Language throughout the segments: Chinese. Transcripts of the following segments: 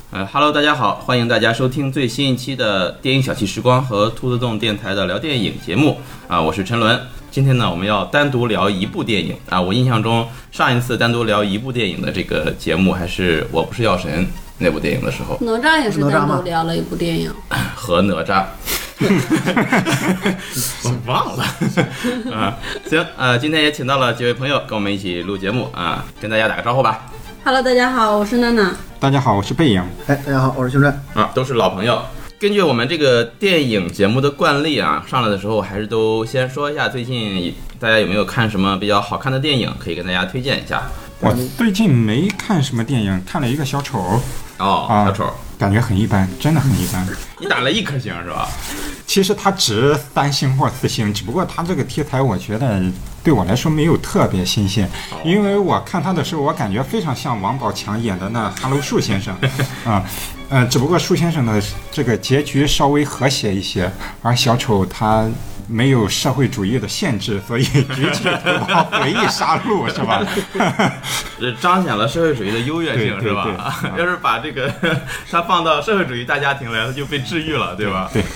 Hello， 大家好，欢迎大家收听最新一期的电影小憩时光和兔子洞电台的聊电影节目啊，我是陈伦。今天呢，我们要单独聊一部电影啊。我印象中上一次单独聊一部电影的这个节目还是《我不是药神》那部电影的时候。 哪吒也是单独聊了一部电影， 和哪吒。我忘了啊。行今天也请到了几位朋友跟我们一起录节目啊，跟大家打个招呼吧。 Hello， 大家好，我是娜娜。 大家好，我是背影。 大家好，我是熊震。 都是老朋友。根据我们这个电影节目的惯例啊，上来的时候还是都先说一下最近大家有没有看什么比较好看的电影，可以跟大家推荐一下。 我最近没看什么电影，看了一个小丑。 小丑感觉很一般，真的很一般。 你打了1颗星是吧？ 其实它值3星或4星，只不过它这个题材我觉得对我来说没有特别新鲜，因为我看它的时候，我感觉非常像王宝强演的那哈喽树先生只不过树先生的这个结局稍微和谐一些，而小丑他没有社会主义的限制，所以举起头号回忆杀戮是吧？ 彰显了社会主义的优越性是吧？ 对要是把这个他放到社会主义大家庭来，他就被治愈了，对吧？ 对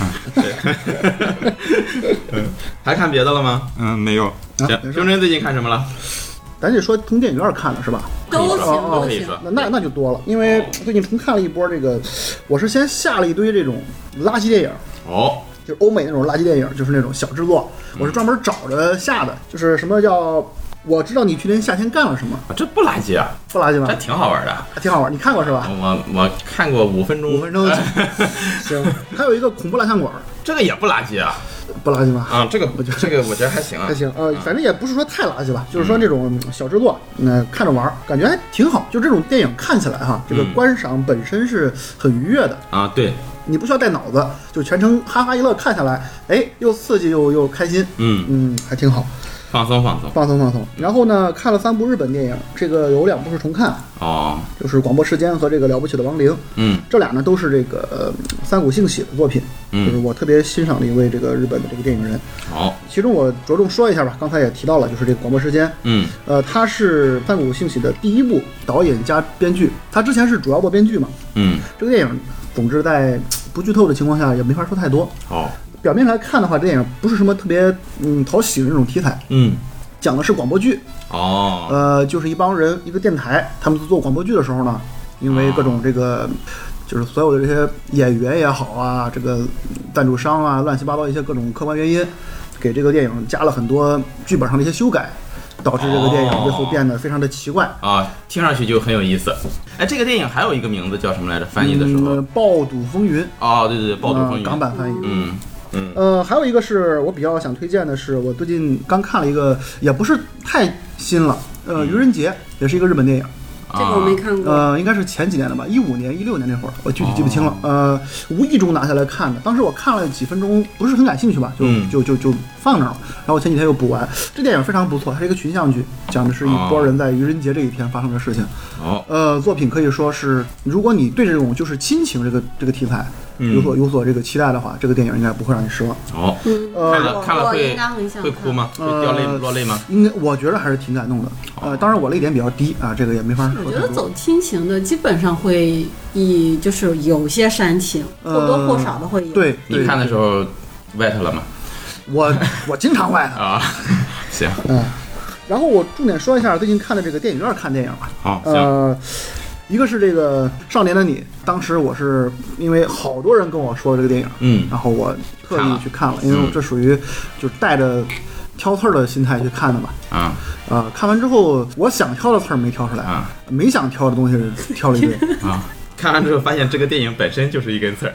还看别的了吗？ 没有。 行，熊真最近看什么了？ 咱就说从电影院看的是吧？ 都行都可以说。 那就多了，因为最近重看了一波这个，我是先下了一堆这种垃圾电影。就是欧美那种垃圾电影，就是那种小制作，我是专门找着下的。就是什么叫我知道你去年夏天干了什么？ 这不垃圾啊， 不垃圾吧？ 这挺好玩的， 挺好玩。你看过是吧？ 我看过5分钟。 5分钟。行，还有一个恐怖蜡像馆， 这个也不垃圾啊。 不垃圾吗？ 这个我觉得还行啊， 还行反正也不是说太垃圾吧，就是说这种小制作，看着玩，感觉还挺好。就这种电影看起来哈，这个观赏本身是很愉悦的啊，对， 你不需要带脑子，就全程哈哈一乐看下来，又刺激又开心，还挺好。 放松。 然后呢，看了3部日本电影，这个有2部是重看就是《广播时间》和这个《了不起的亡灵》。这俩呢都是这个三谷幸喜的作品，就是我特别欣赏的一位这个日本的这个电影人。其中我着重说一下吧，刚才也提到了，就是这个《广播时间》。他是三谷幸喜的第1部导演加编剧，他之前是主要做编剧嘛。这个电影，总之在不剧透的情况下也没法说太多。表面来看的话，这电影不是什么特别讨喜的那种题材，讲的是广播剧。就是一帮人一个电台，他们做广播剧的时候呢，因为各种这个就是所有的这些演员也好啊，这个赞助商啊，乱七八糟一些各种客观原因，给这个电影加了很多剧本上的一些修改，导致这个电影最后变得非常的奇怪听上去就很有意思。这个电影还有一个名字叫什么来着？翻译的时候， 暴赌风云。 对，暴赌风云， 港版翻译。还有一个是我比较想推荐的是，我最近刚看了一个，也不是太新了，愚人节也是一个日本电影。 这个我没看过。 应该是前几年的吧，15年、16年那会儿，我具体记不清了。无意中拿下来看的，当时我看了几分钟，不是很感兴趣吧，就放那儿了。然后前几天又补完。这电影非常不错，它是一个群像剧，讲的是一拨人在愚人节这一天发生的事情。作品可以说是，如果你对这种就是亲情这个题材有所这个期待的话，这个电影应该不会让你失望。 看了会哭吗？会掉落泪吗？ 我觉得还是挺感动的。当然我泪点比较低啊，这个也没法说。 我觉得走亲情的基本上会就是有些煽情，或多或少的会有。 对， 你看的时候wet了吗？ 我经常wet 行。 然后我重点说一下最近看的这个电影院看电影吧。 行。 一个是这个《少年的你》，当时我是因为好多人跟我说这个电影，然后我特意去看了，因为这属于就带着挑刺儿的心态去看的嘛。看完之后，我想挑的刺儿没挑出来，没想挑的东西挑了一堆。 看完之后发现这个电影本身就是一根刺儿。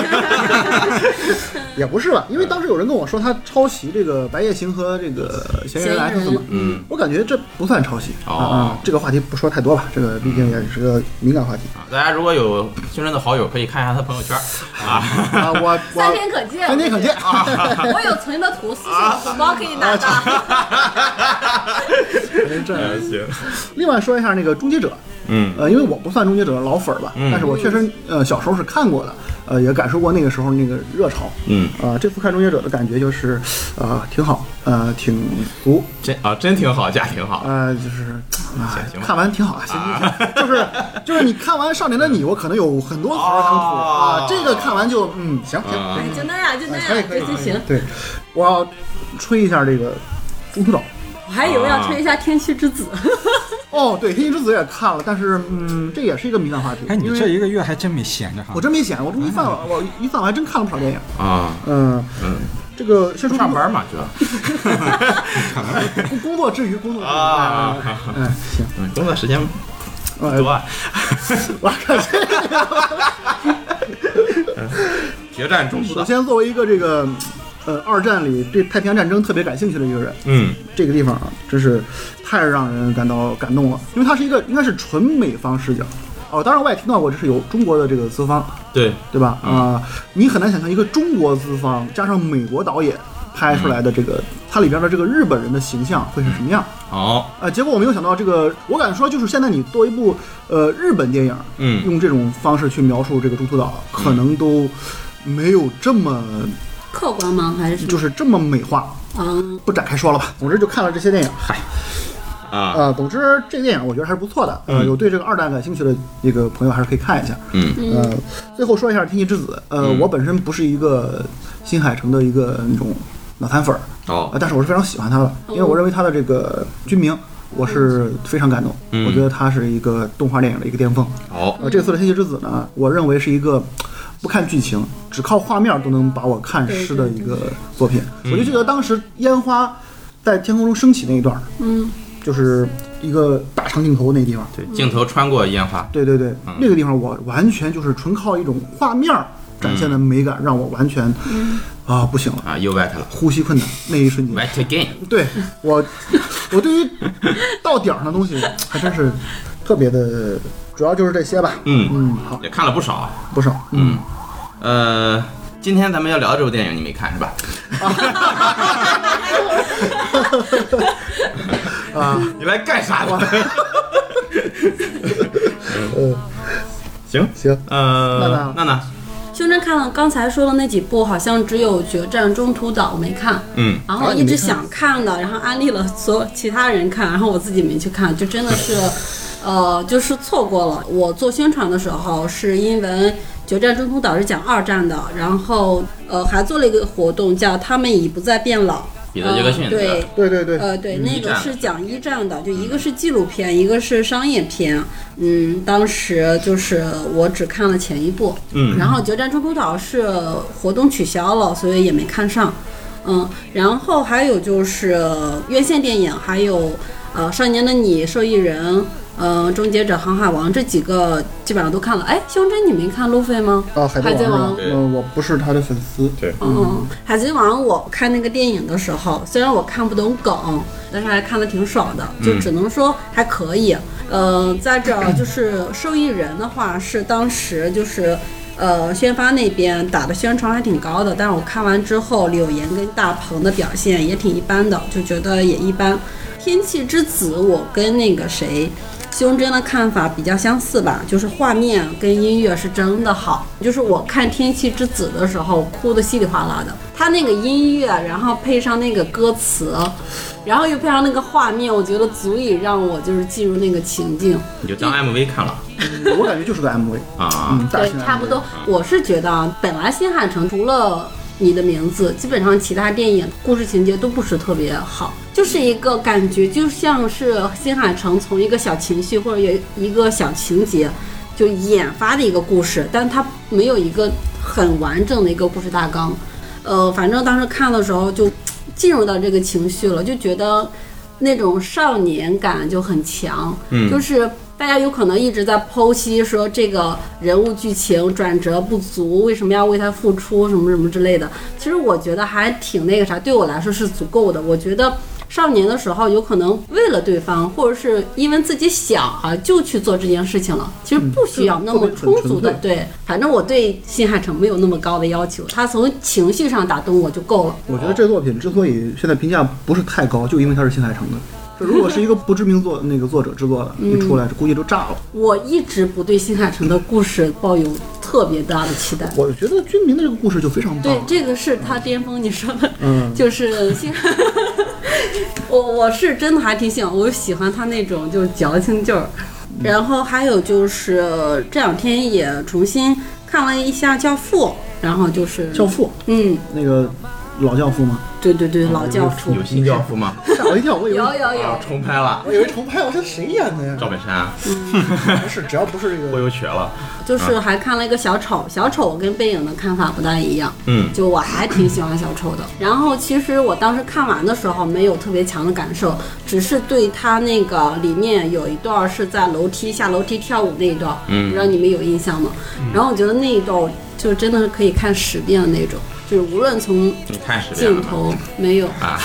也不是吧，因为当时有人跟我说他抄袭这个《白夜行》和这个《嫌疑人 X》嘛，我感觉这不算抄袭。这个话题不说太多吧，这个毕竟也是个敏感话题。 大家如果有新人的好友，可以看一下他朋友圈我 3天可见 ，3天可见。 我有存的图，私信红包可以拿到。 行。 另外说一下那个《终结者》，因为我不算《终结者》的老粉儿吧，但是我确实小时候是看过的，也感受过那个时候那个热潮。这次看《终结者》的感觉就是挺好， 挺俗， 真挺好，价挺好。 就是行看完挺好的，行，就是你看完《少年的你》，我可能有很多词想吐这个看完就行， 就那样， 可以就行。 对，我要吹一下这个中途岛。 我还以为要吹一下《天气之子》 对，《天气之子》也看了，但是这也是一个敏感话题。 你这一个月还真没闲着哈。 我真没闲，我这一放我还真看了不少电影啊。 这个先说上班嘛，主要工作之余行， 工作时间多啊。决战中途岛。 首先，作为一个这个二战里对太平洋战争特别感兴趣的一个人，这个地方啊，真是太让人感到感动了，因为它是一个应该是纯美方视角。当然我也听到过这是有中国的这个资方，对吧？你很难想象一个中国资方加上美国导演拍出来的这个它里边的这个日本人的形象会是什么样。结果我没有想到这个，我敢说就是现在你做一部日本电影，用这种方式去描述这个中途岛，可能都没有这么客观吗？还是就是这么美化？不展开说了吧。总之就看了这些电影。总之这个电影我觉得还是不错的。有对这个二战感兴趣的一个朋友还是可以看一下。最后说一下《天气之子》。我本身不是一个新海诚的一个那种脑残粉但是我是非常喜欢他的，因为我认为他的这个军名我是非常感动。我觉得他是一个动画电影的一个巅峰。这次的《天气之子》呢，我认为是一个不看剧情，只靠画面都能把我看湿的一个作品。我就记得当时烟花在天空中升起那一段，就是一个大长镜头那地方， 对，镜头穿过烟花， 对，那个地方我完全就是纯靠一种画面展现的美感，让我完全不行了又 wet 了， 呼吸困难那一瞬间 wet again。 对我对于到点上的东西还真是特别的，主要就是这些吧。好， 也看了不少。今天咱们要聊的这部电影你没看是吧？你来干啥的？行，娜娜， 胸针看了刚才说的那几部，好像只有《决战中途岛》没看。然后一直想看的，然后安利了所有其他人看，然后我自己没去看，就真的是，就是错过了。我做宣传的时候是因为《决战中途岛》是讲二战的，然后还做了一个活动叫他们已不再变老。 彼得·杰克逊， 对， 那个是讲一战的，就一个是纪录片，一个是商业片。当时就是我只看了前一部，然后《决战中途岛》是活动取消了，所以也没看上。然后还有就是院线电影，还有少年的你、受益人。终结者、航海王这几个基本上都看了。胸针你没看路飞吗？海贼王， 我不是他的粉丝。 对， 海贼王我看那个电影的时候，虽然我看不懂梗，但是还看得挺爽的，就只能说还可以。再者就是受益人的话，是当时就是宣发那边打的宣传还挺高的，但是我看完之后，柳岩跟大鹏的表现也挺一般的，就觉得也一般。天气之子，我跟那个谁。胸针的看法比较相似吧，就是画面跟音乐是真的好。就是我看《天气之子》的时候哭得稀里哗啦的，他那个音乐，然后配上那个歌词，然后又配上那个画面，我觉得足以让我就是进入那个情境。 你就当 MV 看了？ 我感觉就是个 MV 对，差不多。我是觉得本来新海诚除了你的名字，基本上其他电影故事情节都不是特别好，就是一个感觉就像是新海诚从一个小情绪或者有一个小情节就研发的一个故事，但它没有一个很完整的一个故事大纲。反正当时看的时候就进入到这个情绪了，就觉得那种少年感就很强。就是大家有可能一直在剖析说这个人物剧情转折不足，为什么要为他付出什么什么之类的。其实我觉得还挺那个啥，对我来说是足够的。我觉得少年的时候有可能为了对方，或者是因为自己想就去做这件事情了，其实不需要那么充足的。对，反正我对新海诚没有那么高的要求，他从情绪上打动我就够了。 我觉得这作品之所以现在评价不是太高，就因为它是新海诚的。这如果是一个不知名作者制作的，一出来估计都炸了。 我一直不对新海诚的故事抱有特别大的期待。 我觉得军民的这个故事就非常棒。 对，这个是他巅峰，你说的，就是我是真的还挺喜欢，我喜欢他那种就是矫情劲儿。然后还有就是这两天也重新看了一下《教父》，然后就是教父，那个老教父吗？ 对，老教父。 有新教父吗？ 吓我一跳，我以为有重拍了。 我以为重拍，我说谁演的呀？ 赵本山。 不是，只要不是这个我又瘸了。 就是还看了一个小丑，小丑跟背影的看法不大一样。就我还挺喜欢小丑的。然后其实我当时看完的时候没有特别强的感受，只是对他那个里面有一段是在下楼梯跳舞那一段，不知道你们有印象吗？然后我觉得那一段就真的是可以看10遍的那种。就是无论从镜头没有啊，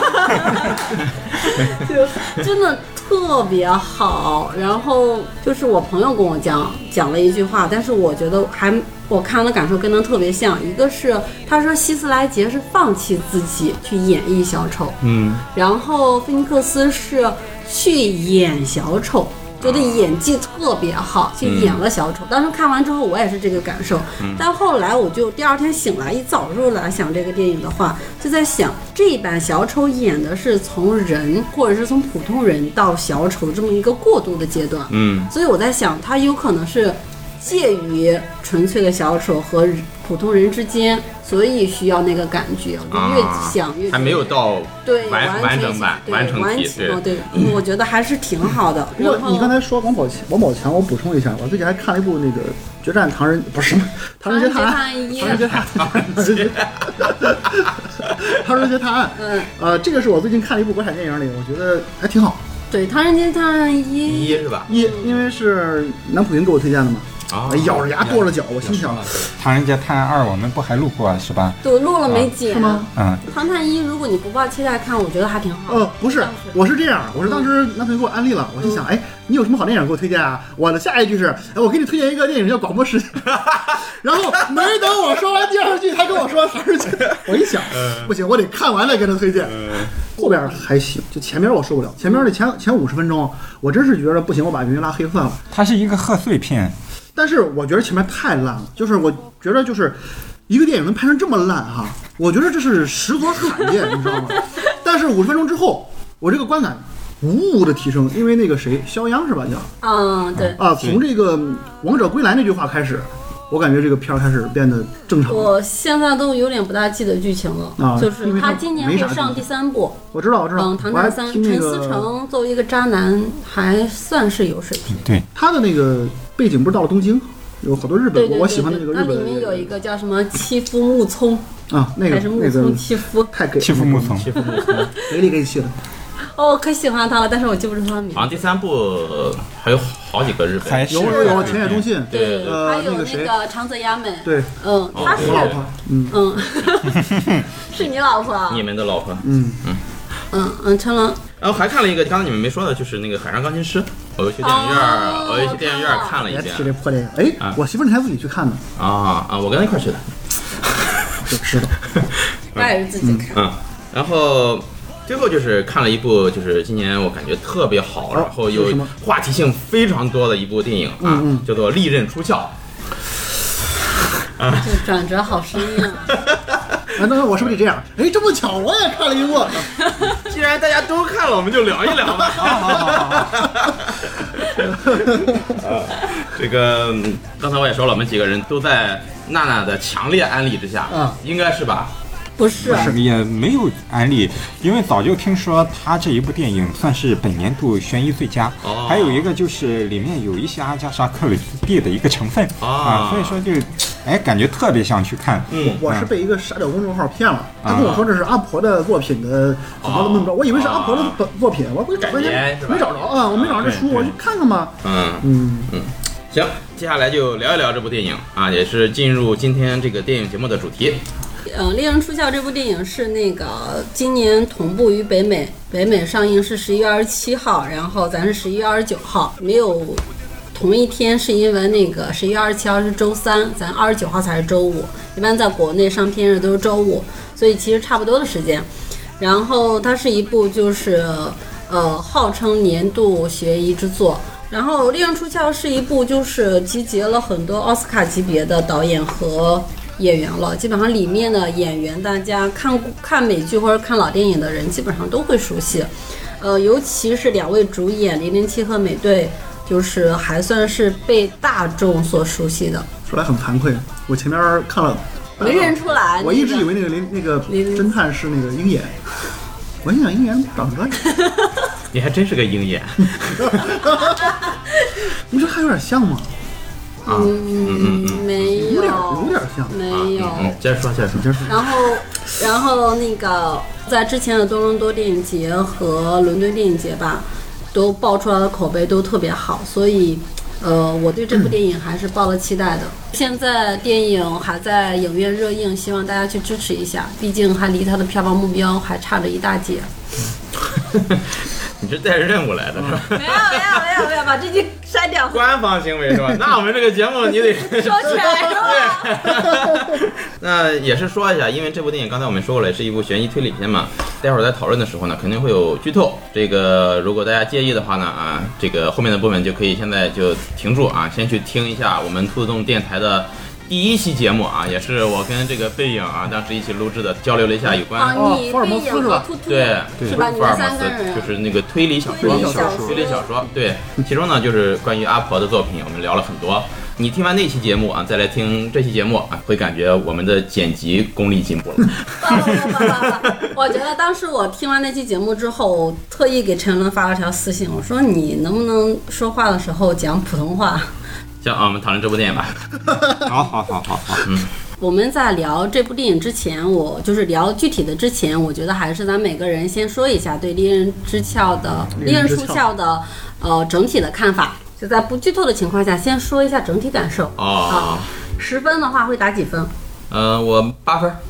就真的特别好。然后就是我朋友跟我讲了一句话，但是我觉得我看了感受跟他特别像。一个是他说希斯莱杰是放弃自己去演绎小丑，然后菲尼克斯是去演小丑。觉得演技特别好，就演了小丑。当时看完之后，我也是这个感受。但后来我就第二天醒来，一早入来想这个电影的话，就在想这一版小丑演的是从人或者是从普通人到小丑这么一个过渡的阶段。所以我在想，他有可能是介于纯粹的小丑和普通人之间，所以需要那个感觉。我越想越还没有到对完整版完成体。 对，我觉得还是挺好的。 不过你刚才说王宝强，我补充一下，我最近还看了一部那个《决战唐人》，不是什么《唐人街探案》，唐人街探案。这个是我最近看了一部国产电影里，我觉得还挺好。 对，《唐人街探案1》 是吧？ 因为是南普云给我推荐的嘛。咬着牙跺着脚，我心想，《 唐人街探案2》我们不还录过是吧？ 对，录了没剪？ 是吗？ 唐探1如果你不抱期待看，我觉得还挺好。 不是，我是这样，我是当时男朋友给我安利了，我心想，你有什么好电影给我推荐啊？我的下一句是，我给你推荐一个电影叫《广播时间》，然后没等我说完第二句，他跟我说唐人街，我一想，不行，我得看完再跟他推荐。后边还行，就前面我受不了，前面的前50分钟，我真是觉得不行，我把云拉黑算了。 它是一个贺岁片。 但是我觉得前面太烂了，就是我觉得就是一个电影能拍成这么烂哈，我觉得这是实属罕见，你知道吗？但是50分钟之后，我这个观感无的提升，因为那个谁肖央是吧叫？ 对从这个王者归来那句话开始，我感觉这个片开始变得正常。 我现在都有点不大记得剧情了，就是他今年会上第3部。 我知道。 唐探3，陈思诚作为一个渣男还算是有水平。 对， 他的那个背景不是到了东京，有好多日本，我喜欢的那个日本。 那里面有一个叫什么欺负木聪那个还是木聪欺负？ 太给欺负木聪， 给力给气的。 可喜欢他了，但是我记不住他的名字。 好像第3部还有好几个日本， 有田野中信， 对，还有那个长泽雅美， 对， 她是我老婆， 是你老婆， 你们的老婆， 成龙。 然后还看了一个，刚才你们没说的，就是那个《海上钢琴师》，我又去电影院看了一遍。 别提这破电影，我媳妇你还自己去看呢。 我跟她一块去的， 就知道， 我也是自己看。 然后最后就是看了一部，就是今年我感觉特别好，然后有话题性非常多的一部电影叫做《利刃出鞘》。 这转折好深呀！ 那我是不是得这样？这么巧，我也看了一部。 既然大家都看了，我们就聊一聊吧。这个刚才我也说了，我们几个人都在娜娜的强烈安利之下，应该是吧？ 不是， 也没有安利，因为早就听说他这一部电影算是本年度悬疑最佳。还有一个就是里面有一些阿加莎·克里斯蒂的一个成分所以说就感觉特别想去看。 我是被一个傻屌公众号骗了，他跟我说这是阿婆的作品的很高的论调，我以为是阿婆的作品，我找半天没找着我没找着这书，我去看看吧。 行，接下来就聊一聊这部电影也是进入今天这个电影节目的主题。 利刃出鞘这部电影是那个今年同步于北美上映是11月27号，然后咱是11月29号，没有同一天，是因为那个11月27号是周3，咱29号才是周5，一般在国内上片日都是周5，所以其实差不多的时间。然后它是一部就是号称年度悬疑之作。 然后《利刃出鞘》是一部就是集结了很多奥斯卡级别的导演和演员了，基本上里面的演员大家看美剧或者看老电影的人基本上都会熟悉，尤其是2位主演007和美队，就是还算是被大众所熟悉的。 说来很惭愧，我前面看了没认出来， 我一直以为那个侦探是那个鹰眼，我心想鹰眼长得你还真是个鹰眼。 你说还有点像吗？ 没有， 有点像， 没有。 接着说。 然后那个在之前的多伦多电影节和伦敦电影节吧，都爆出来的口碑都特别好，所以我对这部电影还是抱了期待的。现在电影还在影院热映，希望大家去支持一下，毕竟还离它的票房目标还差着一大截。 你是带着任务来的是吧？ 没有，把这句删掉。 官方行为是吧？那我们这个节目你得说起来是吧？ 那也是说一下，因为这部电影刚才我们说过了，是一部悬疑推理片嘛。待会儿在讨论的时候呢，肯定会有剧透。这个如果大家介意的话呢，这个后面的部分就可以现在就停住啊，先去听一下我们兔子洞电台的第1期节目啊，也是我跟这个背影当时一起录制的，交流了一下有关你背影和兔兔对是吧？你们3个人就是那个推理小说对，其中呢就是关于阿婆的作品，我们聊了很多。你听完那期节目再来听这期节目会感觉我们的剪辑功力进步了。 我觉得当时我听完那期节目之后，特意给陈伦发了条私信，我说你能不能说话的时候讲普通话？ 行我们讨论这部电影吧。 好。 我们在聊这部电影之前，我就是聊具体的之前，我觉得还是咱每个人先说一下对《利刃出鞘》的整体的看法，就在不剧透的情况下，先说一下整体感受。10分的话会打几分？ 我8分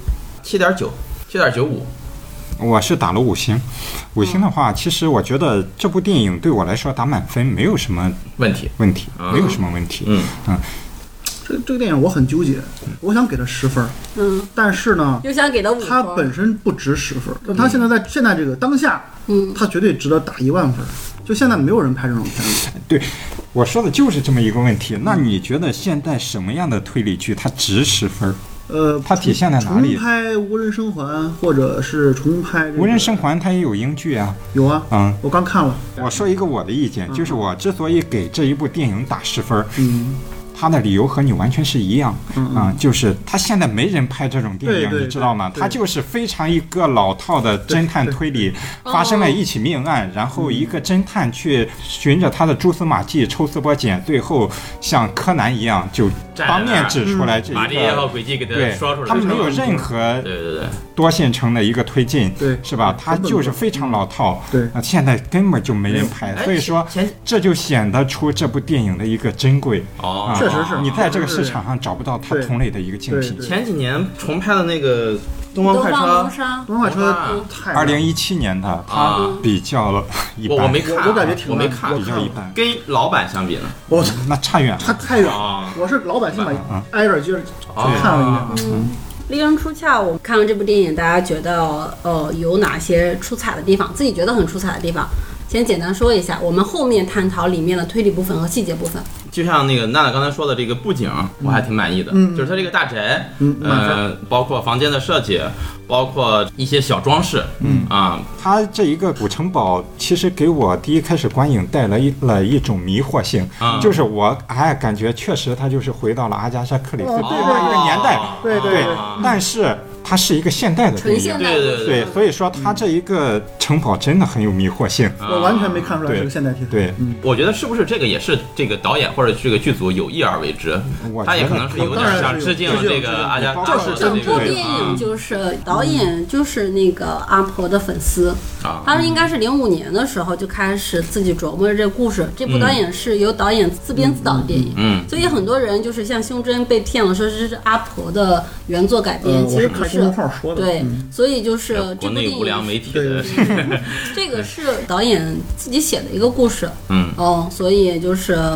，7.9，7.95。 我是打了5星，5星的话，其实我觉得这部电影对我来说打满分没有什么问题，没有什么问题。 这个电影我很纠结，我想给它10分，但是呢， 又想给它5分， 它本身不值10分，但它现在这个当下，它绝对值得打1万分。就现在没有人拍这种片子。 对，我说的就是这么一个问题。那你觉得现在什么样的推理剧它值10分？它体现在哪里？ 重拍《无人生还》，或者是重拍《 无人生还》，它也有英剧啊。 有啊，我刚看了。 我说一个我的意见，就是我之所以给这一部电影打10分，他的理由和你完全是一样，就是他现在没人拍这种电影，你知道吗？他就是非常一个老套的侦探推理，发生了一起命案，然后一个侦探去循着他的蛛丝马迹抽丝剥茧，最后像柯南一样就当面指出来这一个轨迹给他说出来， 他没有任何多线程的一个推进，是吧？他就是非常老套，现在根本就没人拍，所以说这就显得出这部电影的一一个珍贵哦， 确实是你在这个市场上找不到它同类的一个竞品。 前几年重拍的那个《东方快车》， 东方快车太 2017年的，它比较一般。 我没看， 我感觉挺我没看， 比较一般。 跟老版相比呢， 我那差远了， 差太远了。我是老版先把挨着接着看了一遍。 利刃出鞘，我看完这部电影，大家觉得有哪些出彩的地方？自己觉得很出彩的地方，先简单说一下，我们后面探讨里面的推理部分和细节部分。 就像那个娜娜刚才说的这个布景，我还挺满意的，就是它这个大宅，包括房间的设计，包括一些小装饰， 它这一个古城堡其实给我第一开始观影带来了一种迷惑性，就是我感觉确实它就是回到了阿加莎·克里斯蒂那个年代， 对， 但是它是一个现代的电影，对，所以说它这一个城堡真的很有迷惑性， 我完全没看出来是个现代题材。 对， 我觉得是不是这个也是这个导演或者这个剧组有意而为之，他也可能是有点想致敬这个阿加莎。 整部电影就是导演就是那个阿婆的粉丝，他应该是05年的时候就开始自己琢磨着这个故事。这部导演是由导演自编自导的电影，所以很多人就是像胸针被骗了，说这是阿婆的原作改编，其实不是。对，所以就是这部电影国内无良媒体的，这个是导演自己写的一个故事，所以就是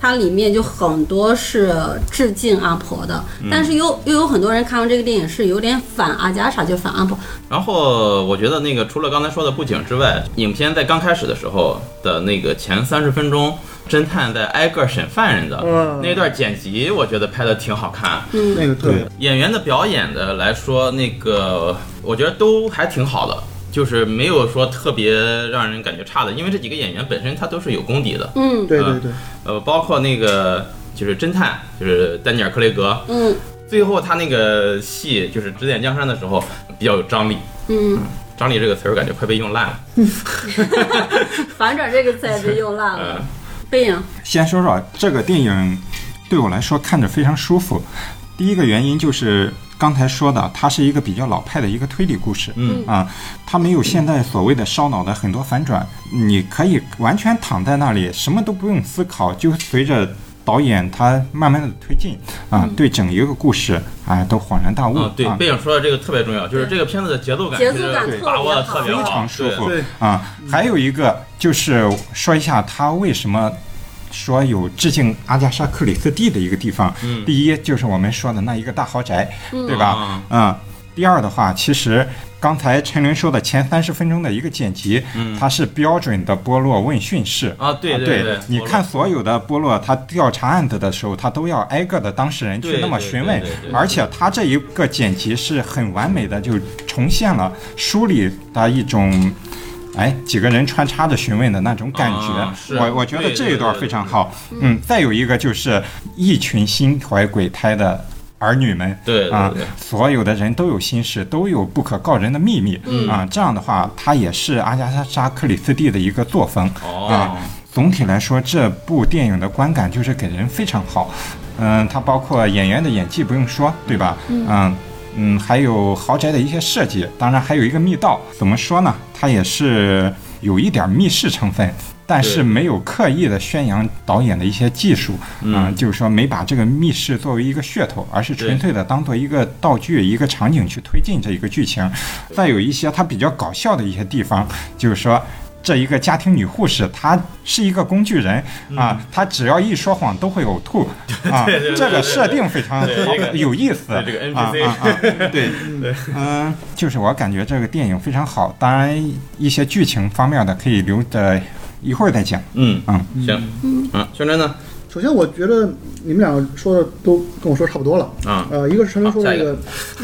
它里面就很多是致敬阿婆的，但是又有很多人看完这个电影是有点反阿加莎，就反阿婆。 然后我觉得那个除了刚才说的布景之外，影片在刚开始的时候的那个前30分钟，侦探在挨个审犯人的那段剪辑，我觉得拍的挺好看。 那个对演员的表演的来说，那个我觉得都还挺好的。就是没有说特别让人感觉差的，因为这几个演员本身他都是有功底的。 对对对。 包括那个就是侦探，就是丹尼尔·克雷格。最后他那个戏就是指点江山的时候比较有张力。张力这个词儿感觉快被用烂了。 反转这个词也被用烂了。背影。 先说说这个电影，对我来说看着非常舒服。第一个原因就是刚才说的，它是一个比较老派的一个推理故事。它没有现在所谓的烧脑的很多反转，你可以完全躺在那里，什么都不用思考，就随着导演他慢慢的推进对整一个故事都恍然大悟。 对，背影说的这个特别重要，就是这个片子的节奏感把握的特别好， 非常舒服还有一个就是说一下他为什么说有致敬阿加莎·克里斯蒂的一个地方。第一就是我们说的那一个大豪宅，对吧？第二的话，其实刚才陈伦说的前30分钟的一个剪辑，它是标准的波洛问讯式对， 你看所有的波洛他调查案子的时候，他都要挨个的当事人去那么询问，而且他这一个剪辑是很完美的，就重现了书里的一种几个人穿插着询问的那种感觉。我觉得这一段非常好。再有一个就是一群心怀鬼胎的儿女们， 对所有的人都有心事，都有不可告人的秘密。这样的话，它也是阿加莎·克里斯蒂的一个作风。总体来说，这部电影的观感就是给人非常好。它包括演员的演技不用说，对吧？还有豪宅的一些设计，当然还有一个密道，怎么说呢？它也是有一点密室成分，但是没有刻意的宣扬导演的一些技术。就是说没把这个密室作为一个噱头，而是纯粹的当做一个道具、一个场景去推进这一个剧情。再有一些它比较搞笑的一些地方，就是说这一个家庭女护士，她是一个工具人她只要一说谎都会呕吐这个设定非常好，有意思。 这个 NPC 对，就是我感觉这个电影非常好。当然，一些剧情方面的可以留着一会儿再讲。 行。宣传呢？ 首先，我觉得你们两个说的都跟我说差不多了一个是陈伦说的这个。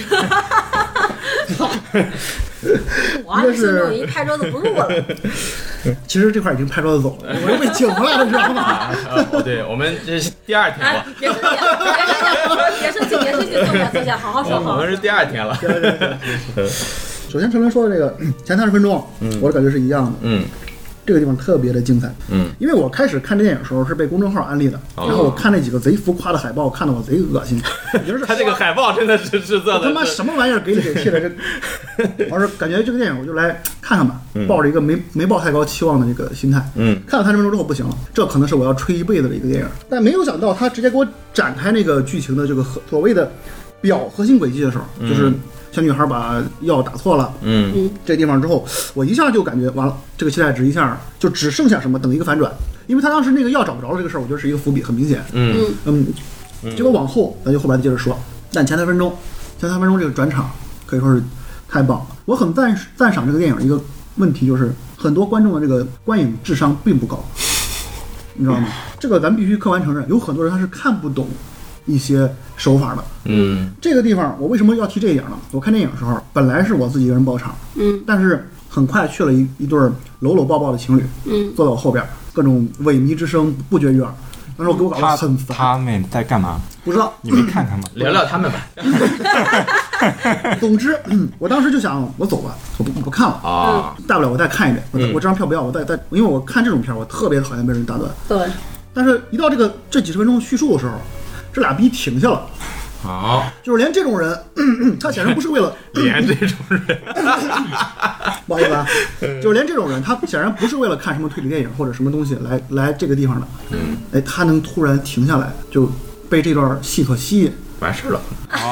我还是录音拍桌子不录了。 其实这块已经拍桌子走了，我又被请回来了，知道吗？ 对，我们这是第2天了。 别生气，坐下，好好说。 我们是第2天了。 首先，陈伦说的这个前30分钟，我的感觉是一样的。这个地方特别的精彩。因为我开始看这电影的时候是被公众号安利的，然后我看那几个贼浮夸的海报，看得我贼恶心。 他这个海报真的是制作的， 他妈什么玩意儿给里给气的这。我说感觉这个电影我就来看看吧，抱着一个没抱太高期望的这个心态。看了30分钟之后不行了，这可能是我要吹一辈子的一个电影。但没有想到他直接给我展开那个剧情的这个所谓的表核心轨迹的时候，就是小女孩把药打错了，这地方之后，我一下就感觉完了，这个期待值一下就只剩下什么等一个反转，因为他当时那个药找不着这个事儿，我觉得是一个伏笔，很明显。结果往后咱就后边接着说，但前3分钟这个转场可以说是太棒了。我很赞赏这个电影一个问题，就是很多观众的这个观影智商并不高，你知道吗？这个咱必须客观承认，有很多人他是看不懂一些手法的。这个地方我为什么要提这一点呢？我看电影的时候，本来是我自己一个人包场，但是很快去了一对搂抱抱的情侣，坐在我后边，各种萎靡之声不绝于耳。当时我给我搞得很烦。 他们在干嘛？ 不知道， 你没看他吗？ 聊聊他们吧。 总之，我当时就想，我走吧，我不看了大不了我再看一遍，我这张票不要，我再，因为我看这种片我特别讨厌被人打断。 对。 但是，一到这几十分钟叙述的时候，这俩逼停下了。就是连这种人，他显然不是为了连这种人， 不好意思啊，就是连这种人，他显然不是为了看什么推理电影或者什么东西来这个地方的。他能突然停下来，就被这段戏所吸引， 完事了。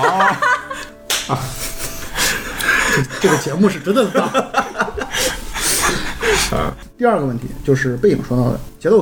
这个节目是真的脏。第二个问题就是背影说到的节奏感。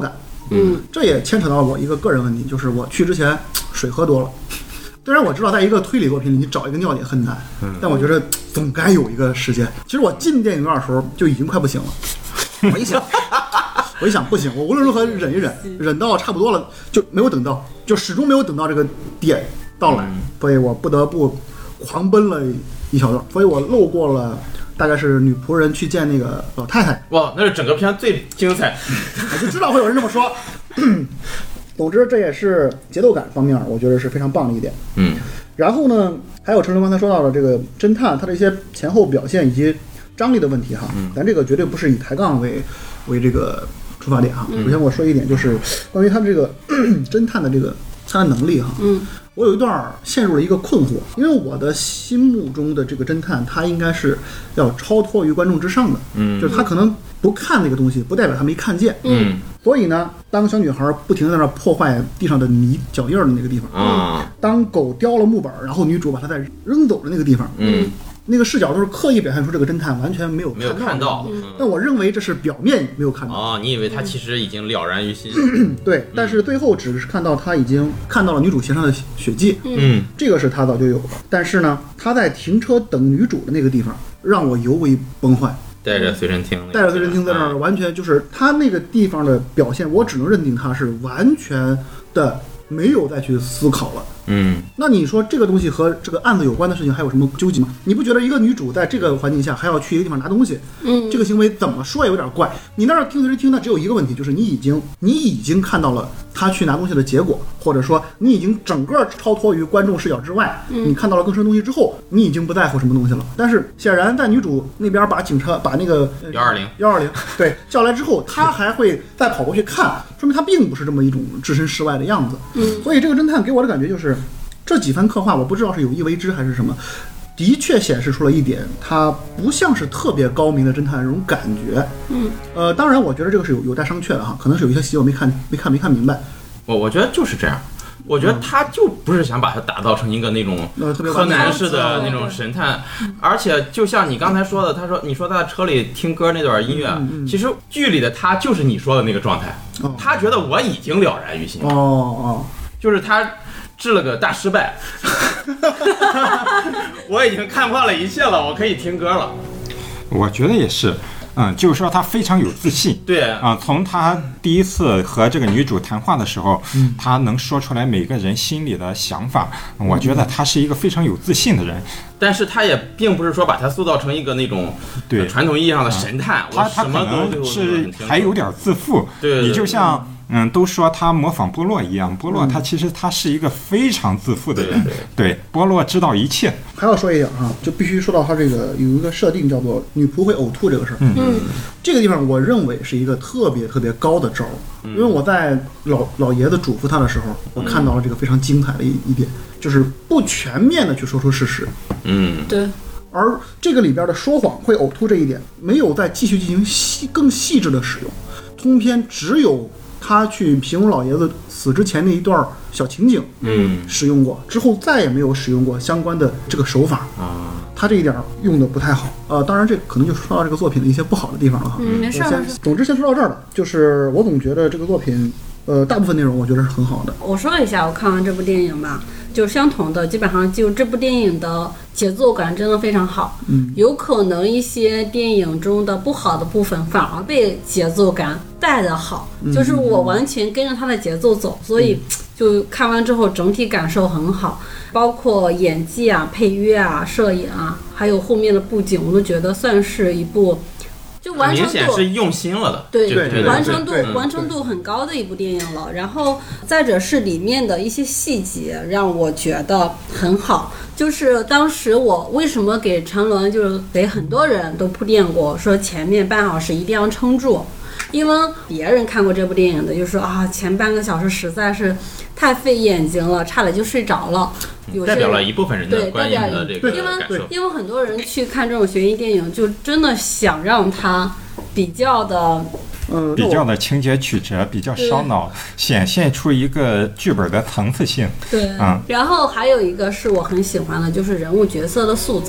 这也牵扯到我一个个人问题，就是我去之前水喝多了。虽然我知道在一个推理作品里你找一个尿点很难，但我觉得总该有一个时间。其实我进电影院的时候就已经快不行了，我一想不行，我无论如何忍一忍，忍到差不多了就没有等到，就始终没有等到这个点到来，所以我不得不狂奔了一小段，所以我漏过了大概是女仆人去见那个老太太。 哇，那是整个片最精彩， 我就知道会有人这么说。总之，这也是节奏感方面，我觉得是非常棒的一点。然后呢，还有陈伦刚才说到的这个侦探，他的一些前后表现以及张力的问题哈。咱这个绝对不是以抬杠为这个出发点哈。首先我说一点，就是关于他这个侦探的这个他的能力哈。我有一段陷入了一个困惑，因为我的心目中的这个侦探，他应该是要超脱于观众之上的，就是他可能不看那个东西，不代表他没看见，所以呢，当小女孩不停地在那破坏地上的泥脚印的那个地方，当狗叼了木板，然后女主把它再扔走的那个地方，那个视角都是刻意表现出这个侦探完全没有看到，但我认为这是表面没有看到。 哦，你以为他其实已经了然于心？ 对，但是最后只是看到他已经看到了女主鞋上的血迹，这个是他早就有了。但是呢，他在停车等女主的那个地方，让我尤为崩坏。 带着随身听在那儿，完全就是他那个地方的表现，我只能认定他是完全的没有再去思考了。那你说这个东西和这个案子有关的事情还有什么纠结吗？你不觉得一个女主在这个环境下还要去一个地方拿东西，这个行为怎么说也有点怪。你那儿听随身听的只有一个问题，就是你已经看到了她去拿东西的结果，或者说你已经整个超脱于观众视角之外，你看到了更深东西之后，你已经不在乎什么东西了。但是显然在女主那边把警车把那个120对叫来之后，她还会再跑过去看，说明她并不是这么一种置身事外的样子。所以这个侦探给我的感觉就是这几番刻画，我不知道是有意为之还是什么，的确显示出了一点，他不像是特别高明的侦探那种感觉。当然，我觉得这个是有待商榷的哈，可能是有一些细节我没看明白。 我觉得就是这样，我觉得他就不是想把它打造成一个那种柯南式的那种神探，而且就像你刚才说的，你说他在车里听歌那段音乐，其实剧里的他就是你说的那个状态，他觉得我已经了然于心，就是他治了个大失败，我已经看破了一切了，我可以听歌了。 我觉得也是。就是说他非常有自信。 对从他第一次和这个女主谈话的时候，他能说出来每个人心里的想法，我觉得他是一个非常有自信的人。 但是他也并不是说把他塑造成一个那种传统意义上的神探， 他可能是还有点自负。 对， 你就像都说他模仿波洛一样，波洛他其实他是一个非常自负的人。对，波洛知道一切。还要说一点啊，就必须说到他这个有一个设定叫做女仆会呕吐这个事儿。这个地方我认为是一个特别特别高的招，因为我在老爷子嘱咐他的时候，我看到了这个非常精彩的一点，就是不全面的去说出事实。 对。 而这个里边的说谎会呕吐这一点，没有再继续进行更细致的使用，通篇只有他去形容老爷子死之前那一段小情景，使用过，之后再也没有使用过相关的这个手法啊。他这一点用的不太好，当然这可能就说到这个作品的一些不好的地方了哈。 没事。 总之先说到这儿了，就是我总觉得这个作品，大部分内容我觉得是很好的。 我说一下我看完这部电影吧，就相同的，基本上就这部电影的节奏感真的非常好。有可能一些电影中的不好的部分反而被节奏感带得好，就是我完全跟着它的节奏走，所以就看完之后整体感受很好，包括演技啊、配乐啊、摄影啊，还有后面的布景，我都觉得算是一部就完成度明显是用心了的， 对，完成度很高的一部电影了。然后再者是里面的一些细节让我觉得很好，就是当时我为什么给陈伦，就是给很多人都铺垫过，说前面半小时一定要撑住。因为别人看过这部电影的就说啊，前半个小时实在是太费眼睛了，差点就睡着了。 代表了一部分人的观影的这个感受。 因为很多人去看这种悬疑电影，就真的想让它比较的情节曲折，比较烧脑，显现出一个剧本的层次性。 对，然后还有一个是我很喜欢的，就是人物角色的塑造。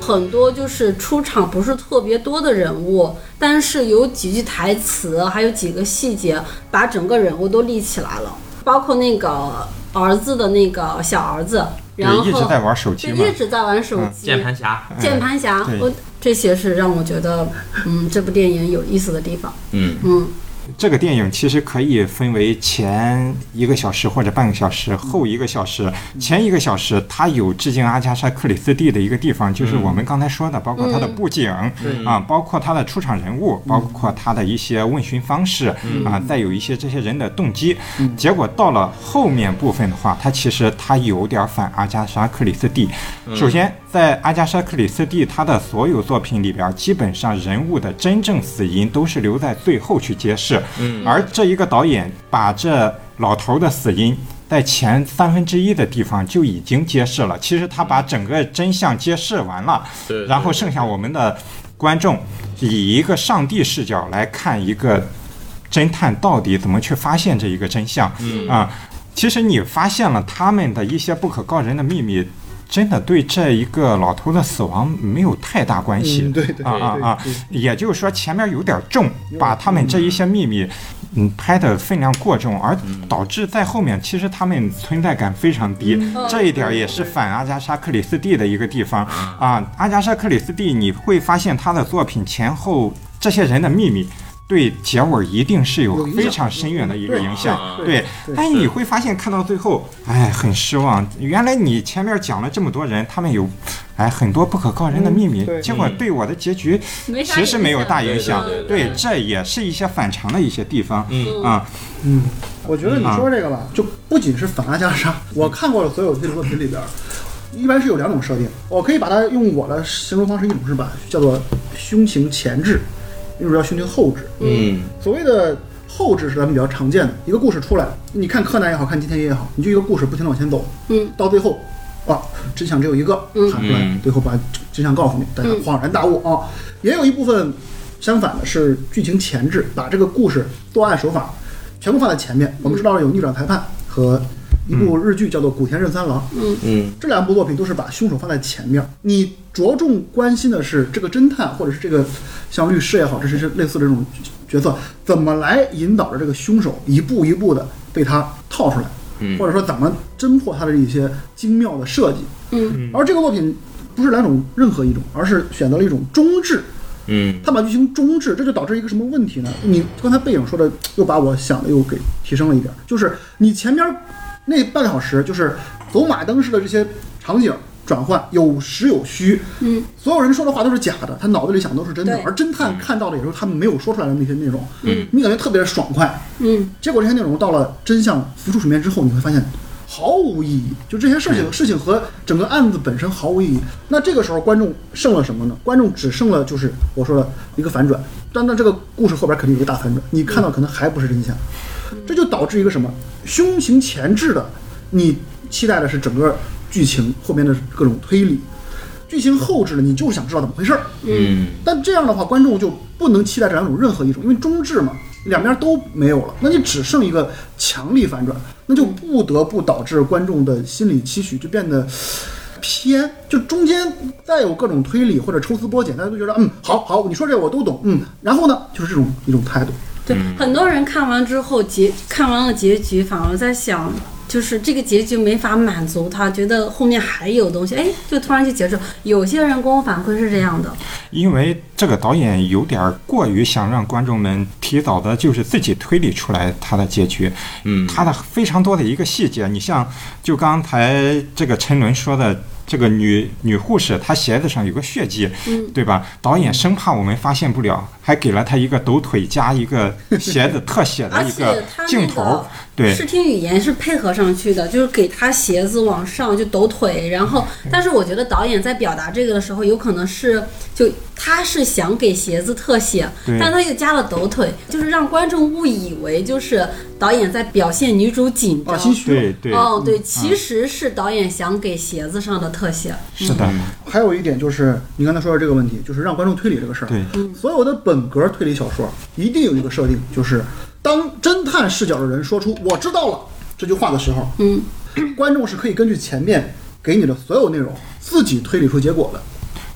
很多就是出场不是特别多的人物，但是有几句台词，还有几个细节，把整个人物都立起来了。包括那个儿子的那个小儿子，然后一直在玩手机嘛， 一直在玩手机， 键盘侠， 这些是让我觉得，这部电影有意思的地方。 这个电影其实可以分为前1个小时或者半个小时，后1个小时。前1个小时它有致敬阿加莎·克里斯蒂的一个地方，就是我们刚才说的，包括它的布景包括它的出场人物，包括它的一些问询方式再有一些这些人的动机。结果到了后面部分的话，它有点反阿加莎·克里斯蒂。首先，在阿加莎·克里斯蒂他的所有作品里边，基本上人物的真正死因都是留在最后去揭示。而这一个导演把这老头的死因在前1/3的地方就已经揭示了，其实他把整个真相揭示完了，然后剩下我们的观众以一个上帝视角来看一个侦探到底怎么去发现这一个真相其实你发现了他们的一些不可告人的秘密，真的对这一个老头的死亡没有太大关系。 对， 也就是说前面有点重，把他们这一些秘密拍的分量过重，而导致在后面其实他们存在感非常低。这一点也是反阿加莎·克里斯蒂的一个地方阿加莎·克里斯蒂你会发现他的作品前后这些人的秘密对结尾一定是有非常深远的一个影响，对。但是你会发现看到最后，很失望。原来你前面讲了这么多人，他们有很多不可告人的秘密，结果对我的结局其实没有大影响。对，这也是一些反常的一些地方。 我觉得你说这个吧，就不仅是反阿加莎，我看过的所有推理作品里边，一般是有2种设定，我可以把它用我的形容方式，一种是叫做凶情前置。一种叫凶情后置。所谓的后置是咱们比较常见的一个故事出来，你看柯南也好，看金田一也好，你就一个故事不停地往前走，到最后真相只有一个喊出来，最后把真相告诉你，大家恍然大悟也有一部分相反的是剧情前置，把这个故事作案手法全部放在前面。我们知道有逆转裁判和一部日剧叫做古田任三郎，这2部作品都是把凶手放在前面，你着重关心的是这个侦探或者是这个像律师也好，这是类似这种角色怎么来引导着这个凶手一步一步的被他套出来，或者说怎么侦破他的一些精妙的设计。而这个作品不是2种任何一种，而是选择了一种中置。他把剧情中置，这就导致一个什么问题呢？你刚才背影说的又把我想的又给提升了一点，就是你前边那半个小时就是走马灯式的这些场景转换，有实有虚，所有人说的话都是假的，他脑子里想的都是真的，而侦探看到的也是他们没有说出来的那些内容，你感觉特别的爽快，结果这些内容到了真相浮出水面之后，你会发现毫无意义，就这些事情和整个案子本身毫无意义。那这个时候观众剩了什么呢？观众只剩了就是我说的一个反转，但那这个故事后边肯定有一个大反转，你看到可能还不是真相，这就导致一个什么？凶行前置的，你期待的是整个剧情后面的各种推理，剧情后置的你就是想知道怎么回事。但这样的话观众就不能期待这2种任何一种，因为中置嘛，两边都没有了，那你只剩一个强力反转，那就不得不导致观众的心理期许就变得偏，就中间再有各种推理或者抽丝剥茧，大家都觉得好，你说这个我都懂，然后呢就是一种态度。 对，很多人看完之后看完了结局，反而在想，就是这个结局没法满足他，觉得后面还有东西，就突然就结束。有些人跟我反馈是这样的，因为这个导演有点过于想让观众们提早的，就是自己推理出来他的结局。他的非常多的一个细节，你像就刚才这个陈伦说的。这个女护士她鞋子上有个血迹，对吧？导演生怕我们发现不了，还给了她一个抖腿加一个鞋子特写的一个镜头。对， 视听语言是配合上去的，就是给她鞋子往上就抖腿，然后，但是我觉得导演在表达这个的时候，有可能是就他是想给鞋子特写，但他又加了抖腿，就是让观众误以为就是导演在表现女主紧张。对，其实是导演想给鞋子上的特写。 是的。 还有一点就是你刚才说的这个问题，就是让观众推理这个事儿。 对， 所有的本格推理小说一定有一个设定，就是当侦探视角的人说出我知道了这句话的时候，观众是可以根据前面给你的所有内容自己推理出结果的。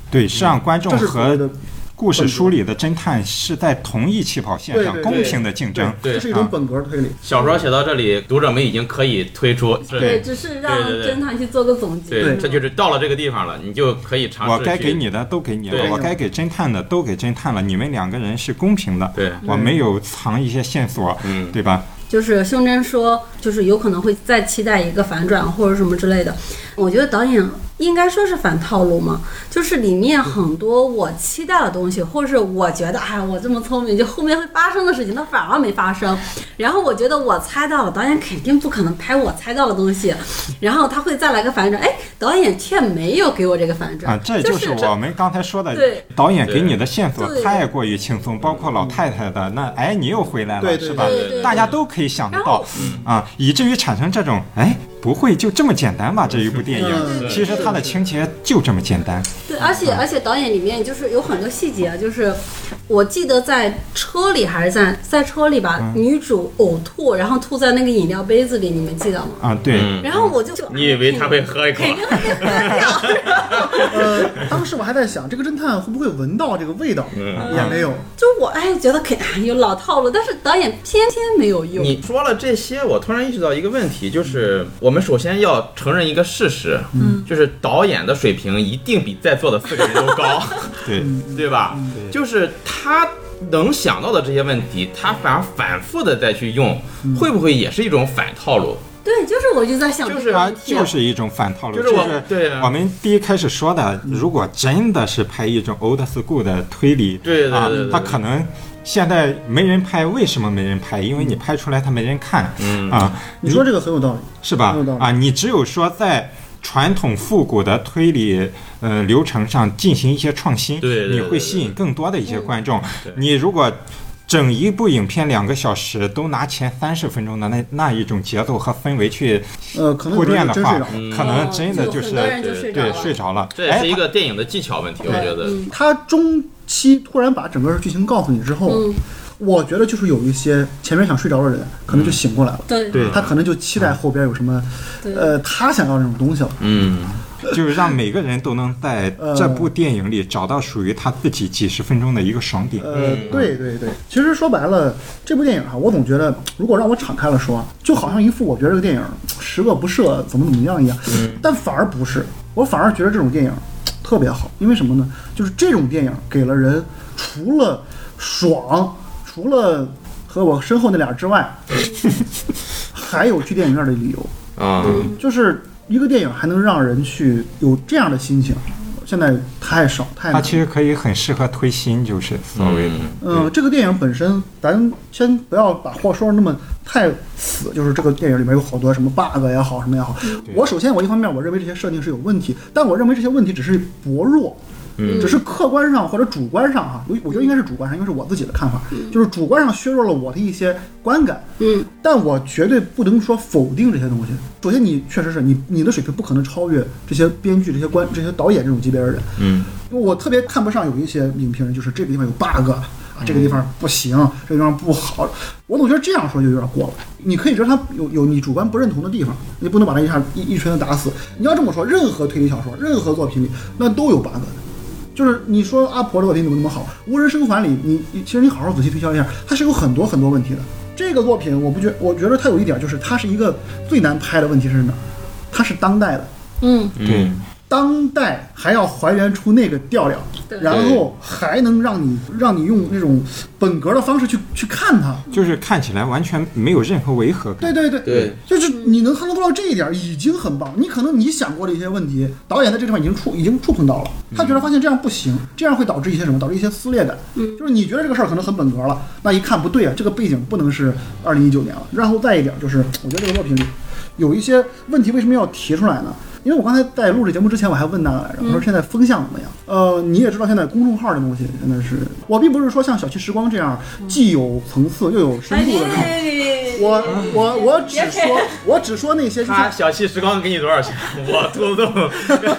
对，是让观众和故事书里的侦探是在同一起跑线上公平的竞争， 这是一种本格推理。 小说写到这里，读者们已经可以推出， 对，只是让侦探去做个总结。 对，这就是到了这个地方了，你就可以尝试。 我该给你的都给你了，我该给侦探的都给侦探了，你们两个人是公平的。 对， 我没有藏一些线索，对吧？ 就是胸针说，就是有可能会再期待一个反转或者什么之类的。我觉得导演应该说是反套路嘛，就是里面很多我期待的东西，或者是我觉得哎，我这么聪明，就后面会发生的事情，它反而没发生。然后我觉得我猜到了，导演肯定不可能拍我猜到的东西，然后他会再来个反转，哎，导演却没有给我这个反转啊，这就是我们刚才说的， 对， 导演给你的线索太过于轻松，包括老太太的那，哎，你又回来了，是吧？大家都可以想得到啊，以至于产生这种哎。不会就这么简单吧？这一部电影，其实它的情节就这么简单。 对，而且导演里面就是有很多细节，就是我记得在车里还是在车里吧，女主呕吐，然后吐在那个饮料杯子里，你们记得吗？ 啊，对。 然后我就你以为他会喝一口？ 肯定会喝掉。 当时我还在想，这个侦探会不会闻到这个味道？也没有。 就我觉得有老套路，但是导演偏偏没有用。 你说了这些，我突然意识到一个问题，就是我们首先要承认一个事实，就是导演的水平一定比在座的4个人都高，对吧？就是他能想到的这些问题，他反复的再去用，会不会也是一种反套路？ 对，就是我就在想， 就是一种反套路， 就是我们第一开始说的，如果真的是拍一种 old school 的推理， 对， 他可能。现在没人拍，为什么没人拍？因为你拍出来他没人看， 你说这个很有道理， 是吧？啊，你只有说在传统复古的推理流程上进行一些创新，你会吸引更多的一些观众。你如果整一部影片2个小时都拿前30分钟的那一种节奏和氛围去铺垫的话，可能真的就是对睡着了。 这也是一个电影的技巧问题，我觉得。 他中期突然把整个剧情告诉你之后，我觉得就是有一些前面想睡着的人，可能就醒过来了。 对， 他可能就期待后边有什么，他想要这种东西了。 就是让每个人都能在这部电影里找到属于他自己几十分钟的一个爽点。 对，其实说白了，这部电影我总觉得，如果让我敞开了说，就好像一副我觉得这个电影10恶不赦，怎么样一样。但反而不是，我反而觉得这种电影特别好，因为什么呢？就是这种电影给了人除了爽，除了和我身后那俩之外，还有去电影院的理由啊，就是一个电影还能让人去有这样的心情，现在太少太难。 它其实可以很适合推新，就是所谓的。 这个电影本身，咱先不要把话说的那么太死，就是这个电影里面有好多什么 bug 也好，什么也好。我首先我一方面我认为这些设定是有问题，但我认为这些问题只是薄弱。只是客观上或者主观上哈，我觉得应该是主观上，因为是我自己的看法，就是主观上削弱了我的一些观感。但我绝对不能说否定这些东西。首先，你确实是你的水平不可能超越这些编剧、这些导演这种级别的人。我特别看不上有一些影评人，就是这个地方有 bug 啊，这个地方不行，这个地方不好。我总觉得这样说就有点过了。你可以觉得他有你主观不认同的地方，你不能把他一拳头打死。你要这么说，任何推理小说、任何作品里那都有 bug 的。就是你说阿婆的作品怎么那么好，无人生还里其实你好好仔细推敲一下，它是有很多很多问题的。这个作品我觉得它有一点就是它是一个最难拍的问题是哪？它是当代的， 对， 当代还要还原出那个调调，然后还能让你用那种本格的方式去看它， 就是看起来完全没有任何违和感。 对，就是你能做到这一点已经很棒。你可能你想过的一些问题，导演在这地方已经触碰到了，他觉得发现这样不行，这样会导致一些什么？导致一些撕裂感。就是你觉得这个事儿可能很本格了，那一看不对啊，这个背景不能是2019年了。然后再一点就是，我觉得这个作品里有一些问题，为什么要提出来呢？因为我刚才在录这节目之前，我还问他来着，我说现在风向怎么样？你也知道现在公众号的东西真的是，我并不是说像小七时光这样既有层次又有深度的这种，我只说那些。 他小七时光给你多少钱？我兔子洞。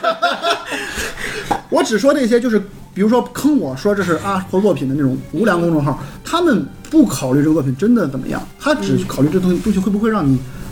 我只说那些就是，比如说坑我说这是阿婆作品的那种无良公众号，他们不考虑这个作品真的怎么样，他只考虑这东西会不会让你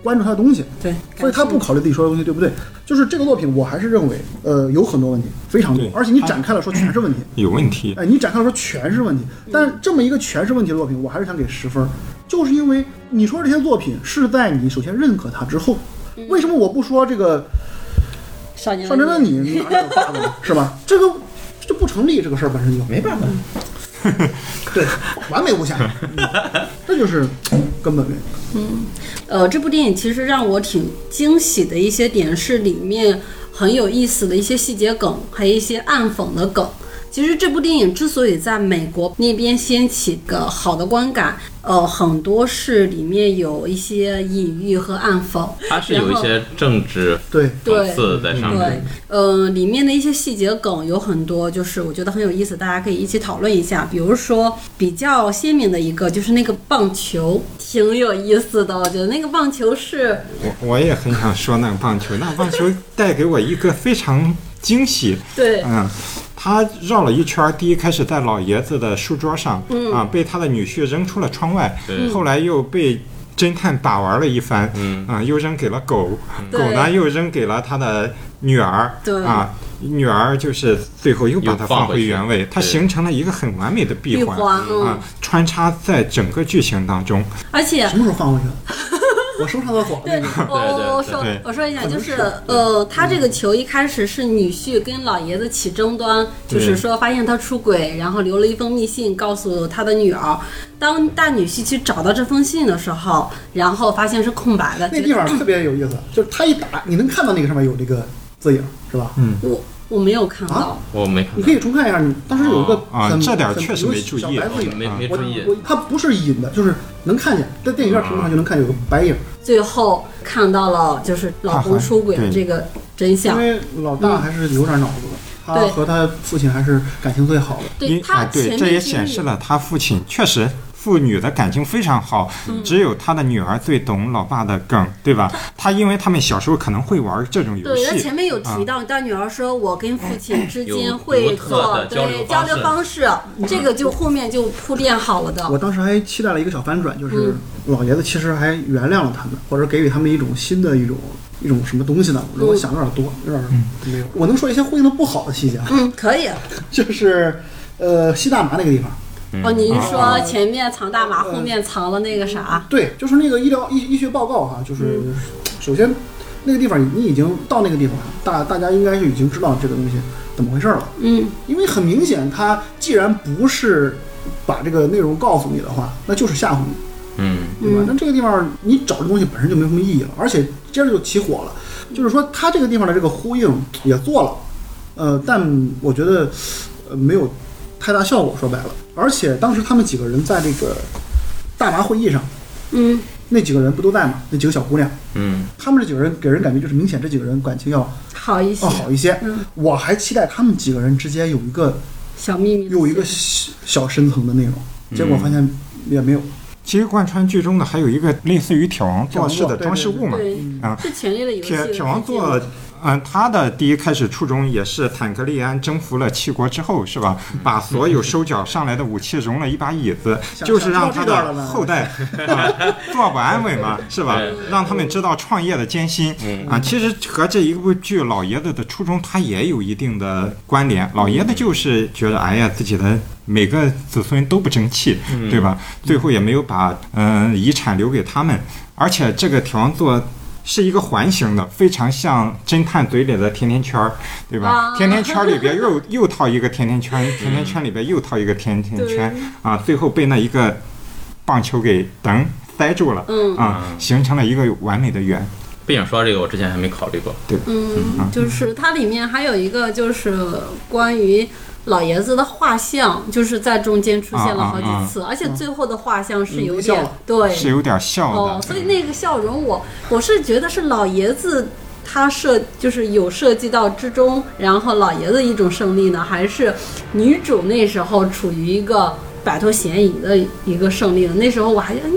关注他的东西， 对， 所以他不考虑自己说的东西对不对。就是这个作品，我还是认为，有很多问题，非常多，而且你展开了说全是问题， 有问题。 哎，你展开了说全是问题，但这么一个全是问题的作品，我还是想给10分，就是因为你说这些作品是在你首先认可它之后，为什么我不说这个少年的你哪里有 bug 呢？是吧？这个就不成立，这个事儿本身就没办法。 对，完美无瑕，这就是根本原因。这部电影其实让我挺惊喜的一些点是里面很有意思的一些细节梗，还有一些暗讽的梗。其实这部电影之所以在美国那边掀起个好的观感，很多是里面有一些隐喻和暗讽， 它是有一些政治讽刺在上面。 对，里面的一些细节梗有很多，就是我觉得很有意思，大家可以一起讨论一下。比如说比较鲜明的一个就是那个棒球，挺有意思的。我觉得那个棒球是， 我也很想说那个棒球，那棒球带给我一个非常惊喜。 对， 他绕了一圈，第一开始在老爷子的书桌上，被他的女婿扔出了窗外，后来又被侦探把玩了一番，又扔给了狗，狗呢又扔给了他的女儿，女儿就是最后又把它放回原位，它形成了一个很完美的闭环穿插在整个剧情当中。 而且什么时候放回去？我收藏的火。 对，我说一下，就是他这个球一开始是女婿跟老爷子起争端，就是说发现他出轨，然后留了一封密信告诉他的女儿。当大女婿去找到这封信的时候，然后发现是空白的。 那地方特别有意思，就是他一打，你能看到那个上面有这个字影，是吧？ 我没有看到， 我没看到。 你可以重看一下，你当时有一个这点确实没注意， 小白字影， 没注意。 它不是隐的，就是能看见，在电影院屏幕上就能看有个白影。 最后看到了就是老公出轨的这个真相， 因为老大还是有点脑子的。他和他父亲还是感情最好的。 对， 这也显示了他父亲确实父女的感情非常好，只有他的女儿最懂老爸的梗，对吧？他因为他们小时候可能会玩这种游戏。 对，他前面有提到，大女儿说我跟父亲之间会做交流方式，这个就后面就铺垫好了的。 我当时还期待了一个小反转，就是老爷子其实还原谅了他们，或者给予他们一种新的一种什么东西呢？我想有点多，有点没有。我能说一些呼应的不好的细节？ 可以。 就是吸大麻那个地方。 您说前面藏大麻，后面藏了那个啥？ 对，就是那个医学报告哈，就是首先那个地方你已经到那个地方，大家应该是已经知道这个东西怎么回事了。因为很明显，他既然不是把这个内容告诉你的话，那就是吓唬你。对吧？那这个地方你找这东西本身就没什么意义了，而且接着就起火了。就是说，他这个地方的这个呼应也做了，但我觉得没有太大效果，说白了。而且当时他们几个人在这个大麻会议上，那几个人不都在吗？那几个小姑娘，他们这几个人给人感觉就是明显这几个人感情要好一些。我还期待他们几个人之间有一个小秘密， 有一个小深层的内容，结果发现也没有。 其实贯穿剧中的还有一个类似于铁王座式的装饰物嘛， 是权力的游戏。 铁王座，他的第一开始初衷也是坦格利安征服了7国之后，是吧？把所有收缴上来的武器融了一把椅子，就是让他的后代坐不安稳嘛，是吧？让他们知道创业的艰辛其实和这一部剧老爷子的初衷，他也有一定的关联。老爷子就是觉得，哎呀，自己的每个子孙都不争气，对吧？最后也没有把遗产留给他们，而且这个铁王座是一个环形的，非常像侦探嘴里的甜甜圈，对吧？甜甜圈里边又套一个甜甜圈，甜甜圈里边又套一个甜甜圈最后被那一个棒球给塞住了，形成了一个完美的圆。 背影说这个我之前还没考虑过。 对， 就是它里面还有一个就是关于老爷子的画像，就是在中间出现了好几次，而且最后的画像是有点是有点笑的， 所以那个笑容我是觉得是老爷子他就是有涉及到之中，然后老爷子一种胜利呢，还是女主那时候处于一个摆脱嫌疑的一个胜利呢？那时候我还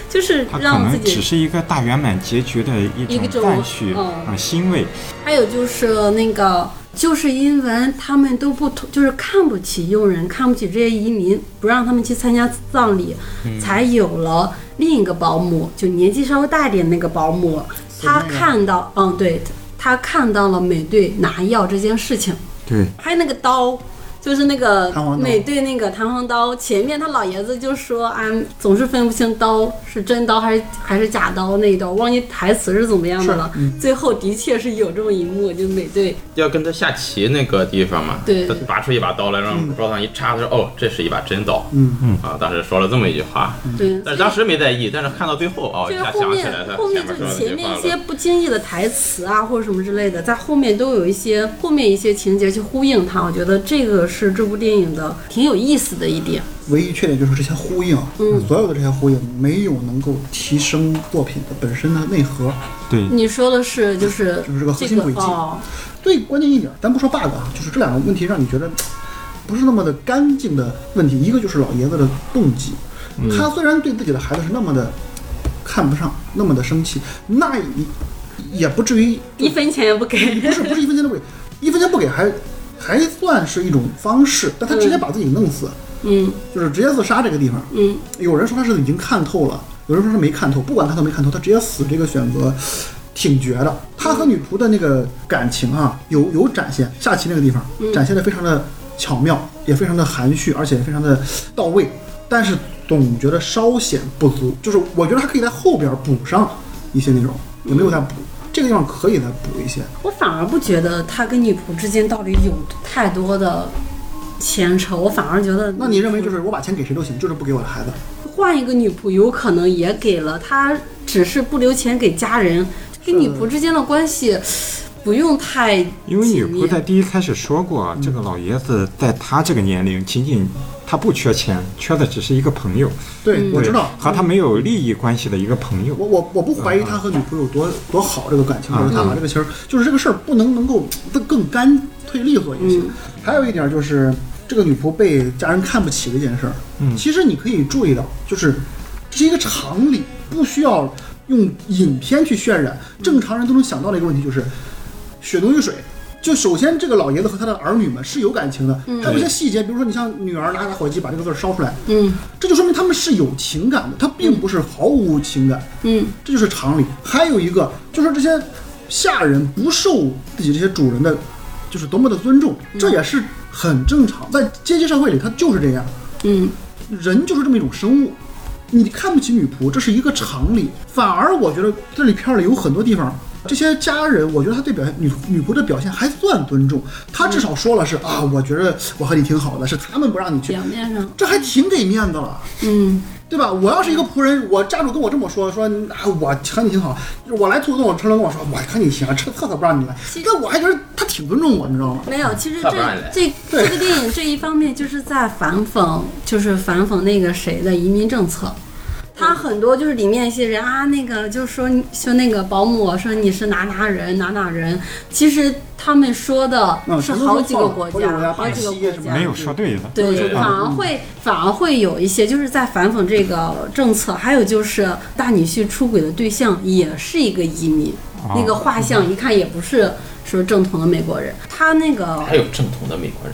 就是它可让自己能只是一个大圆满结局的一种赞许欣慰。 还有就是那个。就是因为他们都不同，就是看不起佣人，看不起这些移民，不让他们去参加葬礼，才有了另一个保姆，就年纪稍微大一点那个保姆，他看到，对，他看到了美队拿药这件事情， 对， 还有那个刀。就是那个美队那个弹簧刀，前面他老爷子就说总是分不清刀是真刀还是假刀那一段，忘记台词是怎么样的了。最后的确是有这么一幕，就美队要跟他下棋那个地方嘛， 对， 他拔出一把刀来让桌上一插，他说哦，这是一把真刀。当时说了这么一句话， 对， 但是当时没在意，但是看到最后一下想起来他后面就是前面一些不经意的台词啊或者什么之类的，在后面都有一些后面一些情节去呼应它，我觉得这个是这部电影的挺有意思的一点。 唯一缺点就是这些呼应，所有的这些呼应没有能够提升作品的本身的内核。 对， 你说的是就是这个核心轨迹。最关键一点，咱不说 bug 啊，就是这两个问题让你觉得不是那么的干净的问题。一个就是老爷子的动机，他虽然对自己的孩子是那么的看不上，那么的生气，那也不至于 1分钱也不给， 不是1分钱都不给，1分钱不给还算是一种方式，但他直接把自己弄死，就是直接自杀这个地方，有人说他是已经看透了，有人说是没看透，不管看透没看透，他直接死这个选择挺绝的。他和女仆的那个感情啊，有展现，下棋那个地方展现的非常的巧妙，也非常的含蓄，而且非常的到位，但是总觉得稍显不足，就是我觉得他可以在后边补上一些内容，也没有再补。这个地方可以再补一些， 我反而不觉得他跟女仆之间到底有太多的牵扯，我反而觉得， 那你认为就是我把钱给谁都行，就是不给我的孩子？ 换一个女仆有可能也给了，他只是不留钱给家人，跟女仆之间的关系不用太紧密。 因为女仆在第一开始说过，这个老爷子在他这个年龄，仅仅他不缺钱，缺的只是一个朋友。 对，我知道， 和他没有利益关系的一个朋友。 我不怀疑他和女仆有多好这个感情，或者他把这个情儿，就是这个事儿不能够更干脆利索一些。还有一点就是这个女仆被家人看不起这件事儿，其实你可以注意到，就是这是一个常理，不需要用影片去渲染，正常人都能想到的一个问题就是血浓于水。就首先这个老爷子和他的儿女们是有感情的，还有一些细节，比如说你像女儿拿打火机把这个字烧出来，这就说明他们是有情感的，他并不是毫无情感，这就是常理。还有一个就是这些下人不受自己这些主人的就是多么的尊重，这也是很正常，在阶级社会里他就是这样，人就是这么一种生物，你看不起女仆这是一个常理。反而我觉得这里片里有很多地方，这些家人，我觉得他对女仆的表现还算尊重，他至少说了是啊，我觉得我和你挺好的，是他们不让你去， 表面上这还挺给面子了，对吧？我要是一个仆人，我家主跟我这么说我和你挺好，我来兔子洞，陈伦跟我说我和你行，这特不让你来，但我还觉得他挺尊重我，你知道吗？ 没有，其实这个电影这一方面就是在反讽那个谁的移民政策。他很多就是里面一些人啊，那个就是说那个保姆说你是哪人，其实他们说的是好几个国家，好几个国家没有说对的。 对，反而会有一些就是在反讽这个政策。还有就是大女婿出轨的对象也是一个移民，那个画像一看也不是说正统的美国人，他那个还有正统的美国人。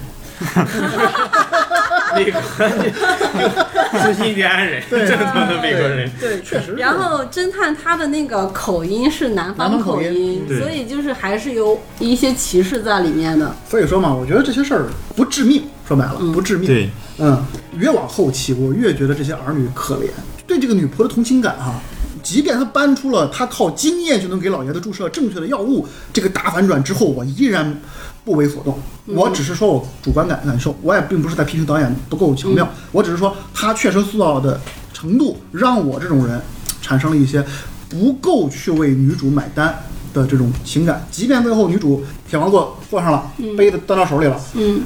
美国是印第安人，正统的美国人， 对，确实。 然后侦探他的那个口音是南方口音，所以就是还是有一些歧视在里面的。 所以说嘛，我觉得这些事儿不致命，说白了不致命。 对， 越往后期，我越觉得这些儿女可怜，对这个女仆的同情感哈。即便他搬出了他靠经验就能给老爷子注射正确的药物这个大反转之后，我依然不为所动。我只是说我主观感受，我也并不是在批评导演不够巧妙，我只是说他确实塑造的程度让我这种人产生了一些不够去为女主买单的这种情感。即便最后女主铁王座坐上了，杯子端到手里了，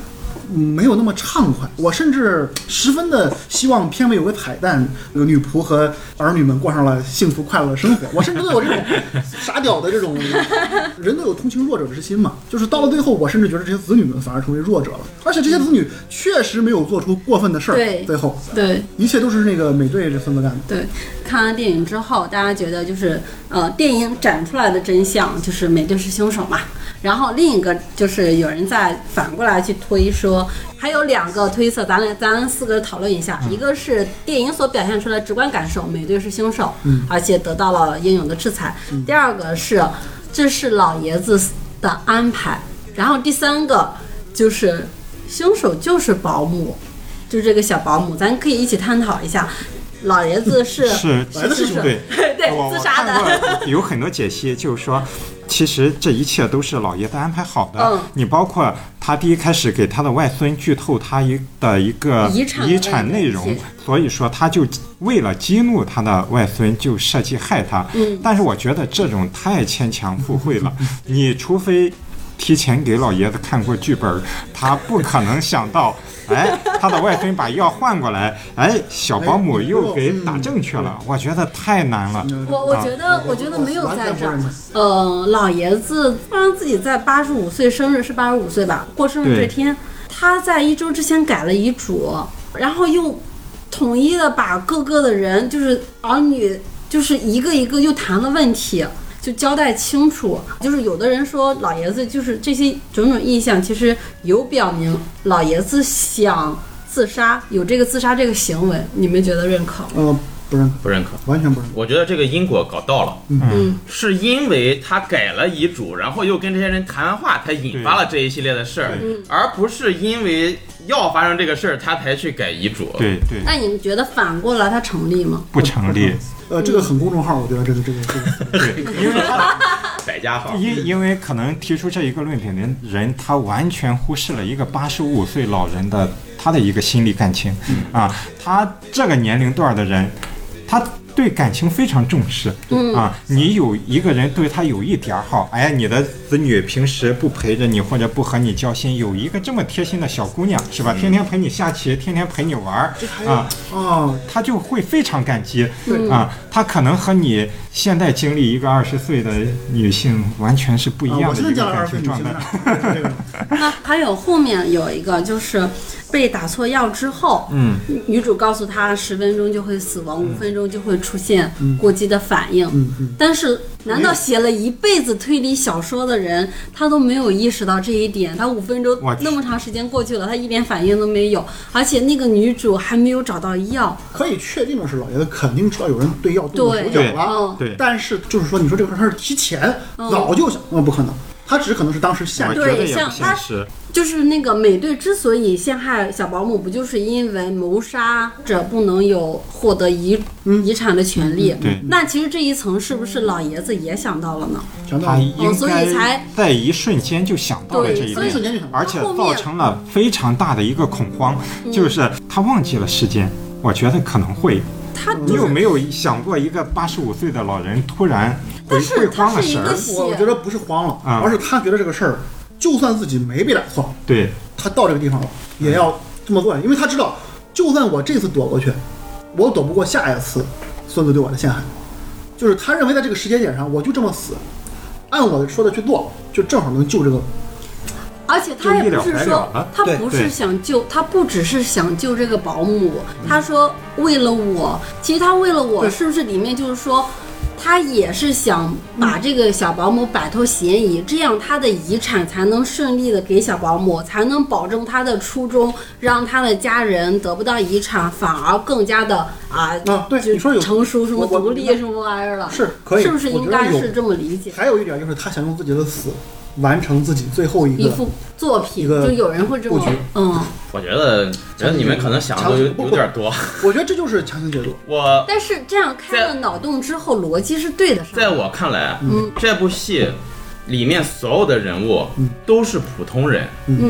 没有那么畅快。我甚至十分的希望片尾有个彩蛋，女仆和儿女们过上了幸福快乐的生活。我甚至都有这种傻屌的这种，人都有同情弱者之心嘛。就是到了最后，我甚至觉得这些子女们反而成为弱者了，而且这些子女确实没有做出过分的事儿。 对， 最后对， 一切都是那个美队这孙子干的。 对，看完电影之后，大家觉得就是电影展出来的真相就是美队是凶手嘛。然后另一个就是有人在反过来去推说，还有2个推测，咱4个讨论一下。一个是电影所表现出来的直观感受，美队是凶手，而且得到了应有的制裁。第2个是这是老爷子的安排。然后第3个就是凶手就是保姆，就这个小保姆，咱可以一起探讨一下。老爷子是对对自杀的， 有很多解析，就是说，其实这一切都是老爷子安排好的。你包括他第一开始给他的外孙剧透他的一个遗产内容，所以说他就为了激怒他的外孙就设计害他。但是我觉得这种太牵强附会了，你除非提前给老爷子看过剧本，他不可能想到，他的外孙把药换过来，小保姆又给打正确了。我觉得太难了。 我觉得没有在这儿。老爷子让自己在85岁生日，是85岁吧？过生日这天，他在1周之前改了遗嘱，然后又统一的把各个的人，就是儿女，就是一个一个又谈了问题。就交代清楚，就是有的人说老爷子就是这些种种意向，其实有表明老爷子想自杀，有这个自杀这个行为，你们觉得认可吗？ 不认可，完全不认可。 我觉得这个因果搞到了，是因为他改了遗嘱，然后又跟这些人谈完话，才引发了这一系列的事儿，而不是因为要发生这个事儿，他才去改遗嘱。 对。 那你们觉得反过来他成立吗？ 不成立。 这个很公众号，我觉得这个对，因为他百家号， 因为可能提出这一个论点的人，他完全忽视了一个85岁老人的他的一个心理感情他这个年龄段的人，他对感情非常重视你有一个人对他有一点好，你的子女平时不陪着你或者不和你交心，有一个这么贴心的小姑娘是吧？天天陪你下棋，天天陪你玩他就会非常感激他可能和你现在经历一个20岁的女性完全是不一样的一个感情状态。 那还有后面有一个就是被打错药之后，女主告诉他10分钟就会死亡，5分钟就会出现过激的反应。但是难道写了一辈子推理小说的人，他都没有意识到这一点？他5分钟那么长时间过去了，他一点反应都没有，而且那个女主还没有找到药。 可以确定的是，老爷子肯定知道有人对药动手脚了。 对， 但是就是说，你说这个事儿是提前早就想，不可能。他只可能是当时陷入。 对，像他就是那个美队之所以陷害小保姆，不就是因为谋杀者不能有获得遗产的权利？ 对。 那其实这一层是不是老爷子也想到了呢？ 他应所以才在一瞬间就想到了这一点，而且造成了非常大的一个恐慌，就是他忘记了时间。我觉得可能会。你有没有想过一个85岁的老人突然会慌了神儿？ 我觉得不是慌了，而是他觉得这个事儿，就算自己没被打错， 对， 他到这个地方了也要这么做，因为他知道，就算我这次躲过去，我躲不过下一次孙子对我的陷害。就是他认为在这个时间点上，我就这么死，按我说的去做，就正好能救这个。 而且他也不是说，他不是想救，他不只是想救这个保姆。他说为了我，其实他为了我，是不是里面就是说，他也是想把这个小保姆摆脱嫌疑，这样他的遗产才能顺利的给小保姆，才能保证他的初衷，让他的家人得不到遗产，反而更加的对，你说有成熟什么独立什么玩意儿了， 是可以， 是不是应该是这么理解？ 还有一点就是他想用自己的死完成自己最后一幅作品，就有人会这么我觉得你们可能想的都有点多。 我觉得这就是强行解读。 但是这样开了脑洞之后，逻辑是对的。 在我看来，这部戏里面所有的人物都是普通人。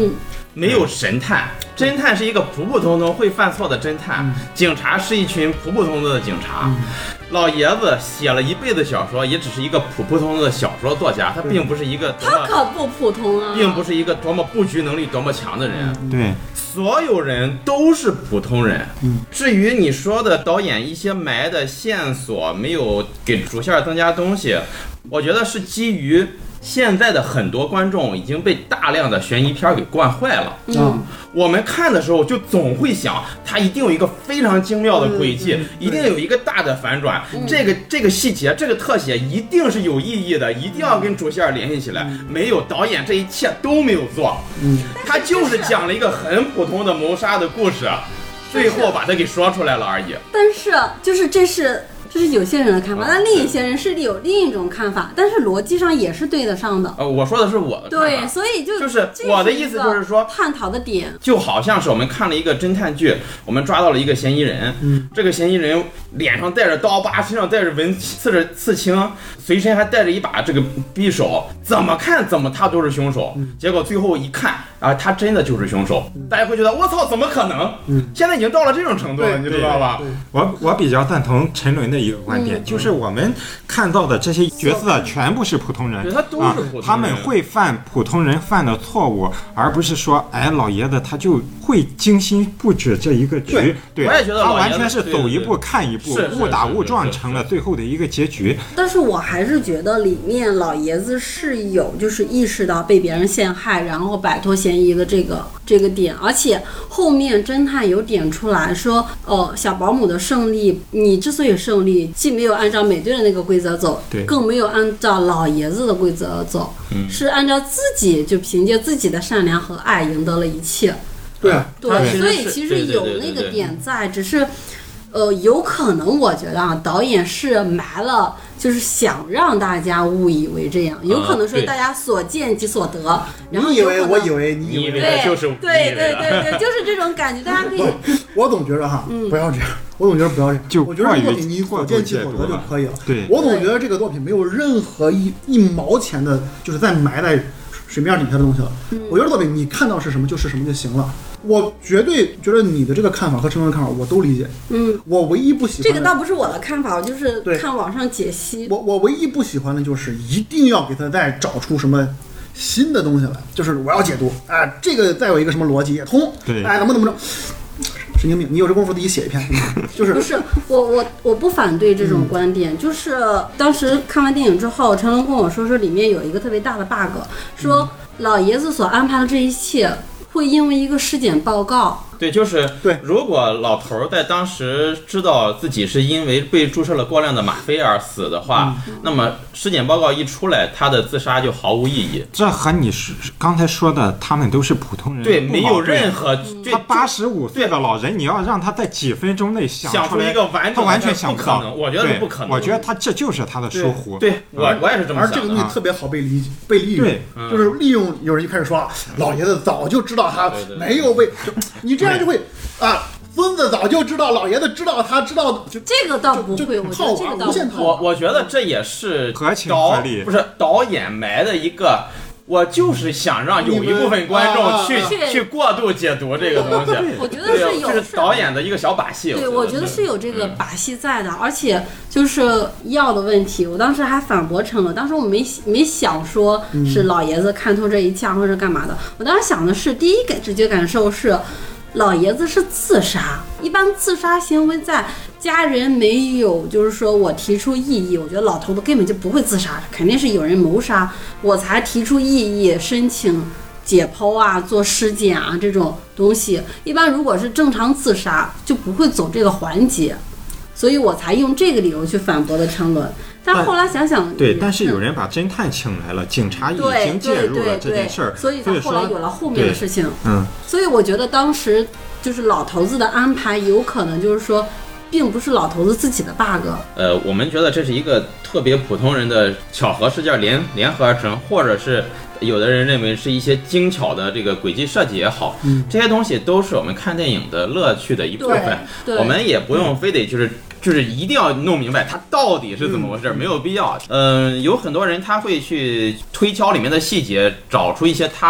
没有神探，侦探是一个普普通通会犯错的侦探，警察是一群普普通通的警察。老爷子写了一辈子小说，也只是一个普普通通的小说作家，他并不是一个他可不普通啊， 并不是一个多么布局能力多么强的人。 对， 所有人都是普通人。至于你说的导演一些埋的线索没有给主线增加东西，我觉得是基于现在的很多观众已经被大量的悬疑片给惯坏了。我们看的时候就总会想，它一定有一个非常精妙的轨迹，一定有一个大的反转，这个细节，这个特写一定是有意义的，一定要跟主线联系起来。没有，导演这一切都没有做。他就是讲了一个很普通的谋杀的故事，最后把它给说出来了而已。 但是就是这是有些人的看法，但另一些人是有另一种看法，但是逻辑上也是对得上的。 我说的是我的看法。 对，所以就是我的意思就是说， 探讨的点就好像是我们看了一个侦探剧，我们抓到了一个嫌疑人，这个嫌疑人脸上带着刀疤，身上带着刺青，随身还带着一把这个匕首，怎么看怎么他都是凶手。结果最后一看啊，他真的就是凶手，大家会觉得我操，怎么可能？现在已经到了这种程度了，你知道吧？ 我比较赞同陈伦的一个观点，就是我们看到的这些角色全部是普通人， 他都是普通人， 他们会犯普通人犯的错误，而不是说，哎，老爷子他就会精心布置这一个局。对， 我也觉得他完全是走一步看一步，误打误撞成了最后的一个结局。 但是我还是觉得里面老爷子是有就是意识到被别人陷害，然后摆脱嫌疑的这个点，而且后面侦探有点出来说，小保姆的胜利，你之所以胜利，既没有按照美队的那个规则走，更没有按照老爷子的规则走，是按照自己就凭借自己的善良和爱赢得了一切。 对， 所以其实有那个点在，只是有可能我觉得啊，导演是埋了，就是想让大家误以为这样，有可能说大家所见即所得，然后你以为我以为你以为就是对，就是这种感觉，大家可以。 我总觉得哈，不要这样，我总觉得不要这样，我觉得这个作品你所见即所得就可以了。 对， 我总觉得这个作品没有任何一毛钱的，就是在埋在水面底下的东西了。我觉得作品你看到是什么就是什么就行了。我绝对觉得你的这个看法和陈伦的看法我都理解。我唯一不喜欢这个倒不是我的看法，我就是看网上解析。 我唯一不喜欢的就是一定要给他再找出什么新的东西来，就是我要解读，这个再有一个什么逻辑也通， 对， 怎么着。神经病！你有这功夫自己写一篇，就是不是我不反对这种观点，就是当时看完电影之后，陈伦跟我说里面有一个特别大的 bug， 说老爷子所安排的这一切会因为一个尸检报告。 对，就是对。 如果老头在当时知道自己是因为被注射了过量的吗啡而死的话，那么尸检报告一出来，他的自杀就毫无意义。 这和你刚才说的，他们都是普通人， 对，没有任何。 他85岁的老人，你要让他在几分钟内想出一个完整的， 他完全想不到。 我觉得是不可能。 我觉得他这就是他的疏忽。 对，我也是这么想的。 而这个东西特别好被利用， 对， 就是利用。有人就开始说，老爷子早就知道他没有被，你这样就会。孙子早就知道，老爷子知道，他知道， 这个倒不会，我觉得这个倒不会。 我觉得这也是合情合理， 不是导演埋的一个。我就是想让有一部分观众去过度解读这个东西。 我觉得是有， 这是导演的一个小把戏。 对，我觉得是有这个把戏在的，而且就是药的问题，我当时还反驳陈伦，当时我没想说是老爷子看透这一切或者干嘛的，我当时想的是第一个直觉感受是。老爷子是自杀，一般自杀行为在家人没有就是说我提出异议，我觉得老头子根本就不会自杀，肯定是有人谋杀我才提出异议，申请解剖啊，做尸检啊这种东西。一般如果是正常自杀就不会走这个环节，所以我才用这个理由去反驳的陈伦。但后来想想， 对，但是有人把侦探请来了，警察已经介入了这件事儿， 所以他后来有了后面的事情。所以我觉得当时就是老头子的安排，有可能就是说，并不是老头子自己的 bug。 我们觉得这是一个特别普通人的巧合事件联合而成，或者是有的人认为是一些精巧的这个轨迹设计也好，这些东西都是我们看电影的乐趣的一部分。我们也不用非得就是一定要弄明白它到底是怎么回事，没有必要。有很多人他会去推敲里面的细节，找出一些他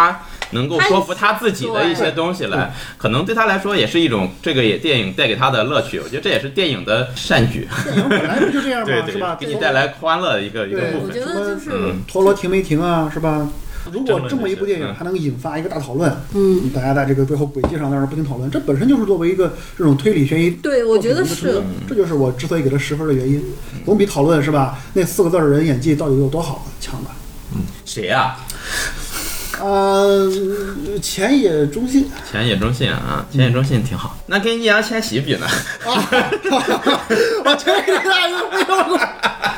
能够说服他自己的一些东西来，可能对他来说也是一种这个电影带给他的乐趣。我觉得这也是电影的善举。 电影本来就这样嘛， 对对， 是吧？ 给你带来欢乐的一个部分。 我觉得就是陀螺停没停啊，是吧？如果这么一部电影还能引发一个大讨论，大家在这个最后轨迹上在那不停讨论，这本身就是作为一个这种推理悬疑， 对，我觉得是， 这就是我之所以给他10分的原因，总比讨论是吧？那4个字的人演技到底有多好强吧？ 谁呀？ 前野中信。 前野中信啊，前野中信挺好。那跟易烊千玺比呢？ 我前野大哥不用了。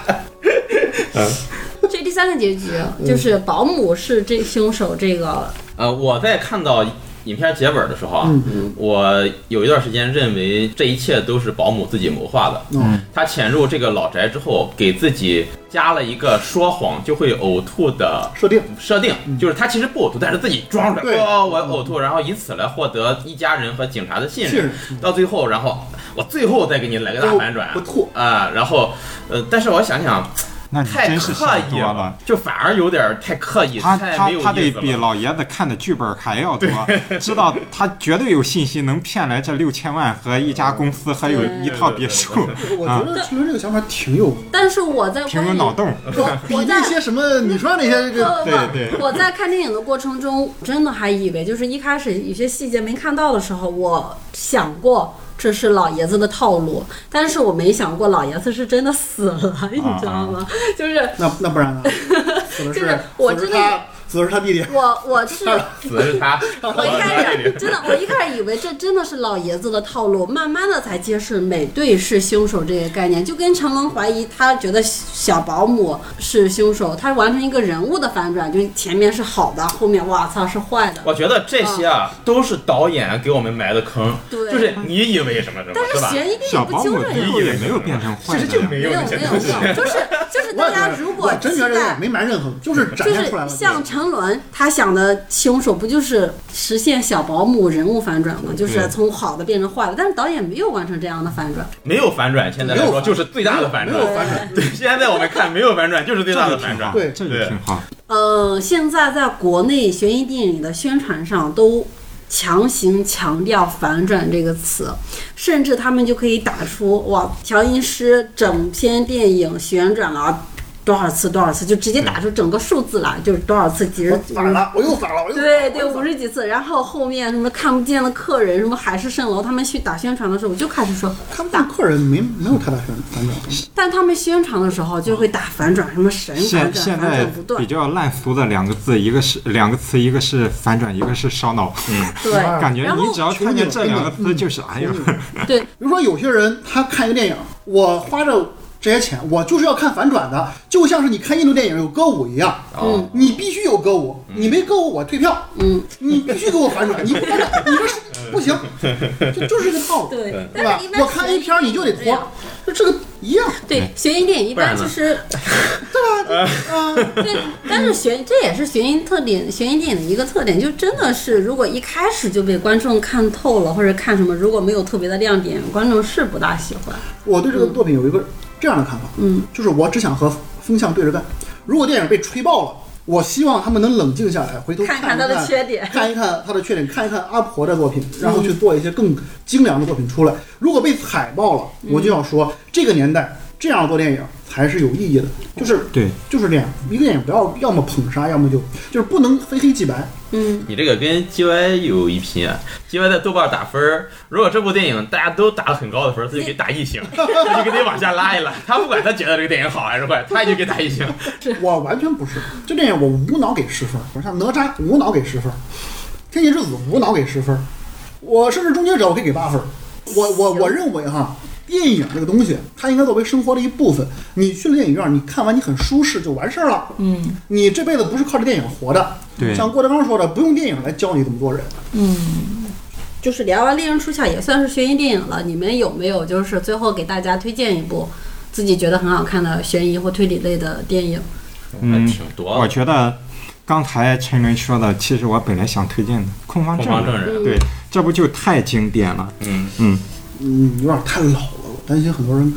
这第3个结局就是保姆是这凶手这个。 我在看到影片结尾的时候啊，我有一段时间认为这一切都是保姆自己谋划的。他潜入这个老宅之后，给自己加了一个说谎就会呕吐的设定，就是他其实不呕吐，但是自己装出来，我呕吐，然后以此来获得一家人和警察的信任。到最后，然后我最后再给你来个大反转， 不吐啊，然后但是我想想。太刻意了，就反而有点太刻意，太没有意思了。 他得比老爷子看的剧本还要多，知道他绝对有信息能骗来这6000万和一家公司，还有一套别墅。 我觉得陈伦这个想法挺有， 但是我在挺有脑洞。 比那些什么你说那些这个， 对。 我在看电影的过程中，真的还以为就是一开始有些细节没看到的时候，我想过。这是老爷子的套路，但是我没想过老爷子是真的死了，你知道吗？就是那不然呢？ 就是我真的死的是他弟弟， 我是死的是他。 我一开始以为这真的是老爷子的套路，慢慢的才揭示美队是凶手这个概念，就跟成龙怀疑他觉得小保姆是凶手，他完成一个人物的反转，就前面是好的，后面哇操是坏的。 我觉得这些都是导演给我们埋的坑，就是你以为什么， 但是悬疑电影不就这样？ 你以为没有变成坏的， 其实就没有那些东西。 就是大家如果真觉得没埋任何，就是展现出来了。 像成伦他想的凶手不就是实现小保姆人物反转吗？就是从好的变成坏的，但是导演没有完成这样的反转， 没有反转。现在来说就是最大的反转， 没有反转。 对，现在我们看没有反转就是最大的反转。 对， 这就挺好。 现在在国内悬疑电影的宣传上都强行强调反转这个词，甚至他们就可以打出哇，调音师整篇电影旋转了多少次，就直接打出整个数字来，就是多少次，几十反了，我又反了， 对，50几次。然后后面什么看不见的客人，什么海市蜃楼，他们去打宣传的时候，我就开始说看不见客人没有太大反转， 但他们宣传的时候就会打反转，什么神反转， 现在比较烂俗的2个字，两个词，一个是反转，一个是烧脑。 对， 感觉你只要看见这2个字，就是哎呀。 对， 比如说有些人他看一个电影，我花着这些钱，我就是要看反转的，就像是你看印度电影有歌舞一样，你必须有歌舞，你没歌舞我退票，你必须给我反转，你不反转，你这是不行，就是这个套路，对吧？我看 A 片你就得拖，就这个一样。 对，悬疑电影一般就是，对吧？对，但是这也是悬疑电影的一个特点，就真的是如果一开始就被观众看透了，或者看什么，如果没有特别的亮点，观众是不大喜欢。 我对这个作品有一个这样的看法，就是我只想和风向对着干。如果电影被吹爆了，我希望他们能冷静下来，回头看看他的缺点， 看一看他的缺点，看一看阿婆的作品，然后去做一些更精良的作品出来。如果被踩爆了，我就要说这个年代这样做电影才是有意义的，就是这样。一个电影不要要么捧杀，要么就是不能非黑即白。 你这个跟 GY 有一拼啊。GY 在豆瓣打分，如果这部电影大家都打了很高的分，他就给打1星，他就给你往下拉一拉。他不管他觉得这个电影好还是坏，他就给打1星。 我完全不是，这电影我无脑给10分，像哪吒无脑给10分，天气之子无脑给10分，我甚至终结者我可以给8分。我认为哈。电影这个东西，它应该作为生活的一部分。你去了电影院，你看完你很舒适就完事儿了。你这辈子不是靠着电影活的。 对， 像郭德纲说的，不用电影来教你怎么做人。 就是聊完《猎人出鞘》也算是悬疑电影了，你们有没有就是最后给大家推荐一部自己觉得很好看的悬疑或推理类的电影？ 挺多。 我觉得刚才陈伦说的，其实我本来想推荐的《控方证人》，对，这部就太经典了。 有点太老了，我担心很多人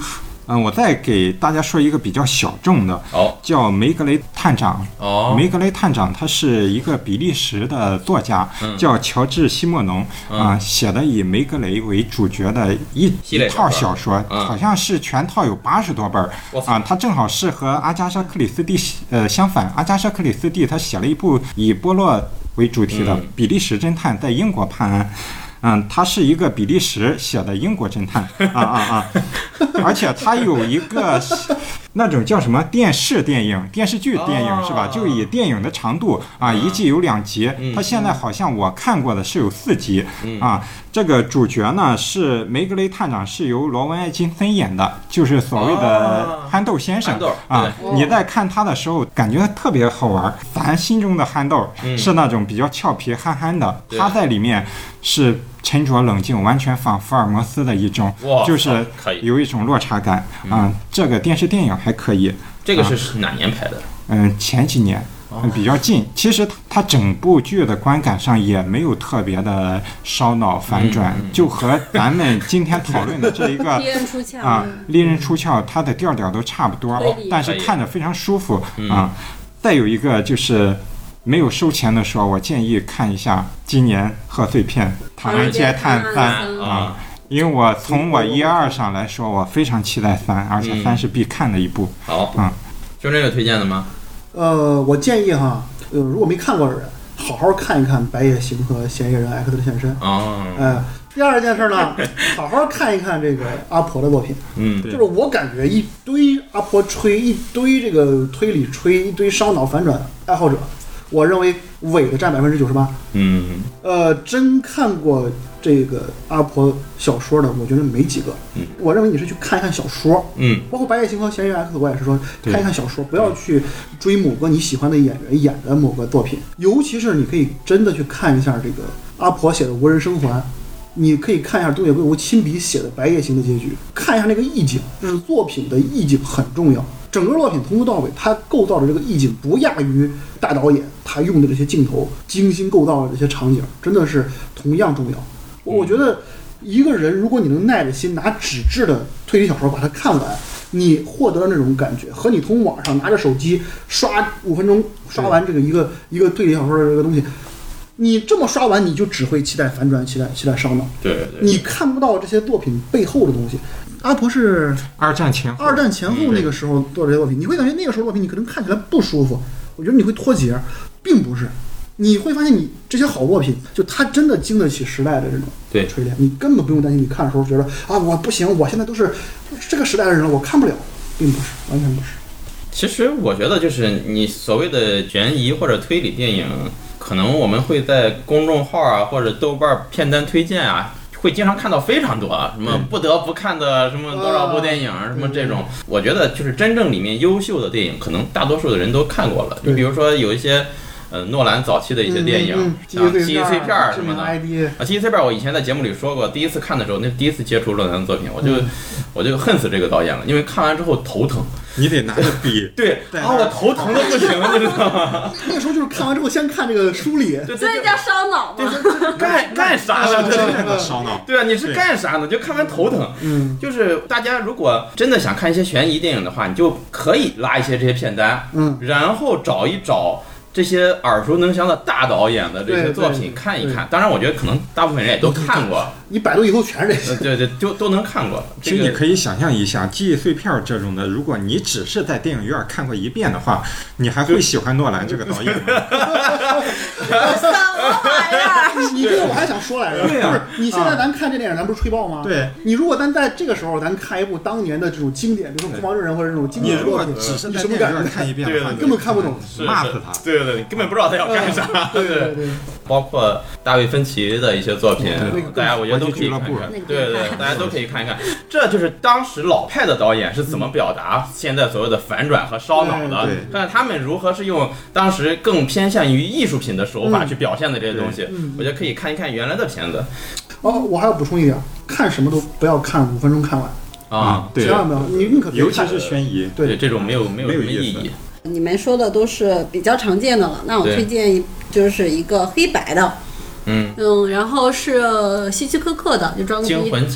我再给大家说一个比较小众的，叫梅格雷探长。梅格雷探长他是一个比利时的作家，叫乔治西莫农写的以梅格雷为主角的一套小说，好像是全套有80多本他正好是和阿加莎·克里斯蒂相反。阿加莎·克里斯蒂他写了一部以波洛为主题的比利时侦探在英国判案。他是一个比利时写的英国侦探而且他有一个那种叫什么电视剧电影是吧？就以电影的长度一季有2集。他现在好像我看过的是有4集这个主角呢是梅格雷探长，是由罗文·艾金森演的，就是所谓的憨豆先生你在看他的时候感觉特别好玩。咱心中的憨豆是那种比较俏皮憨憨的，他在里面是沉着冷静，完全仿福尔摩斯的一种，就是有一种落差感这个电视电影还可以。 这个是哪年拍的？ 前几年比较近。其实它整部剧的观感上也没有特别的烧脑反转，就和咱们今天讨论的这一个利刃出鞘它的调都差不多，但是看着非常舒服再有一个就是没有收钱的时候，我建议看一下今年贺岁片《唐人街探案》因为我从我1、2上来说，我非常期待3，而且3是必看的一部。 兄弟有推荐的吗？ 我建议如果没看过的人，好好看一看《白夜行》和《嫌疑人 X 的现身》第二件事呢，好好看一看这个阿婆的作品。就是我感觉一堆阿婆吹，一堆这个推理吹，一堆烧脑反转爱好者，我认为伪的占98%。真看过这个阿婆小说的，我觉得没几个。我认为你是去看一看小说。包括《白夜行》和《嫌疑人 X》，我也是说看一看小说，不要去追某个你喜欢的演员演的某个作品。尤其是你可以真的去看一下这个阿婆写的《无人生还》，你可以看一下东野圭吾亲笔写的《白夜行》的结局，看一下那个意境，就是作品的意境很重要。整个作品从头到尾，它构造的这个意境不亚于大导演他用的这些镜头精心构造的这些场景，真的是同样重要。我觉得一个人如果你能耐着心拿纸质的推理小说把它看完，你获得的那种感觉和你从网上拿着手机刷5分钟刷完这个一个推理小说的这个东西，你这么刷完你就只会期待反转，期待烧脑。 对， 你看不到这些作品背后的东西。阿婆是二战前后那个时候做这些作品，你会感觉那个时候作品你可能看起来不舒服，我觉得你会脱节，并不是。你会发现你这些好作品，就它真的经得起时代的这种锤炼，你根本不用担心你看的时候觉得我不行，我现在都是这个时代的人了，我看不了，并不是，完全不是。 其实我觉得就是你所谓的悬疑或者推理电影，可能我们会在公众号或者豆瓣片单推荐会经常看到非常多什么不得不看的什么多少部电影什么这种。我觉得就是真正里面优秀的电影，可能大多数的人都看过了。你比如说有一些诺兰早期的一些电影，像记忆碎片什么的记忆碎片我以前在节目里说过，第一次看的时候，那是第一次接触诺兰的作品，我就恨死这个导演了，因为看完之后头疼。 你得拿着笔， 对我头疼的不行，你知道吗？ 那时候就是看完之后先看这个书里， 所以叫烧脑嘛。 干啥呢？ 真的烧脑。 对啊，你是干啥呢？就看完头疼。就是大家如果真的想看一些悬疑电影的话，你就可以拉一些这些片单，然后找一找这些耳熟能详的大导演的这些作品看一看。当然，我觉得可能大部分人也都看过。 你百度以后全是这些。对，都能看过。 其实你可以想象一下，记忆碎片这种的，如果你只是在电影院看过一遍的话，你还会喜欢诺兰这个导演吗？ 什么玩意儿？ 你这个我还想说来着。对呀，你现在咱看这电影，咱不是吹爆吗？ 对。 你如果咱在这个时候，咱看一部当年的这种经典，比如说《不防之人》或者这种经典的作品， 只是在电影院看一遍， 根本看不懂， 骂死他。 对，你根本不知道他要干啥。对。包括大卫芬奇的一些作品，大家我觉得都可以看看。对，大家都可以看一看。这就是当时老派的导演是怎么表达现在所谓的反转和烧脑的，看看他们如何是用当时更偏向于艺术品的手法去表现的这些东西。我觉得可以看一看原来的片子。 我还要补充一点，看什么都不要看5分钟看完对， 千万不要，你可尤其是悬疑， 对这种没有什么意义。 你们说的都是比较常见的了，那我推荐就是一个黑白的，然后是希区柯克的，就《惊魂记》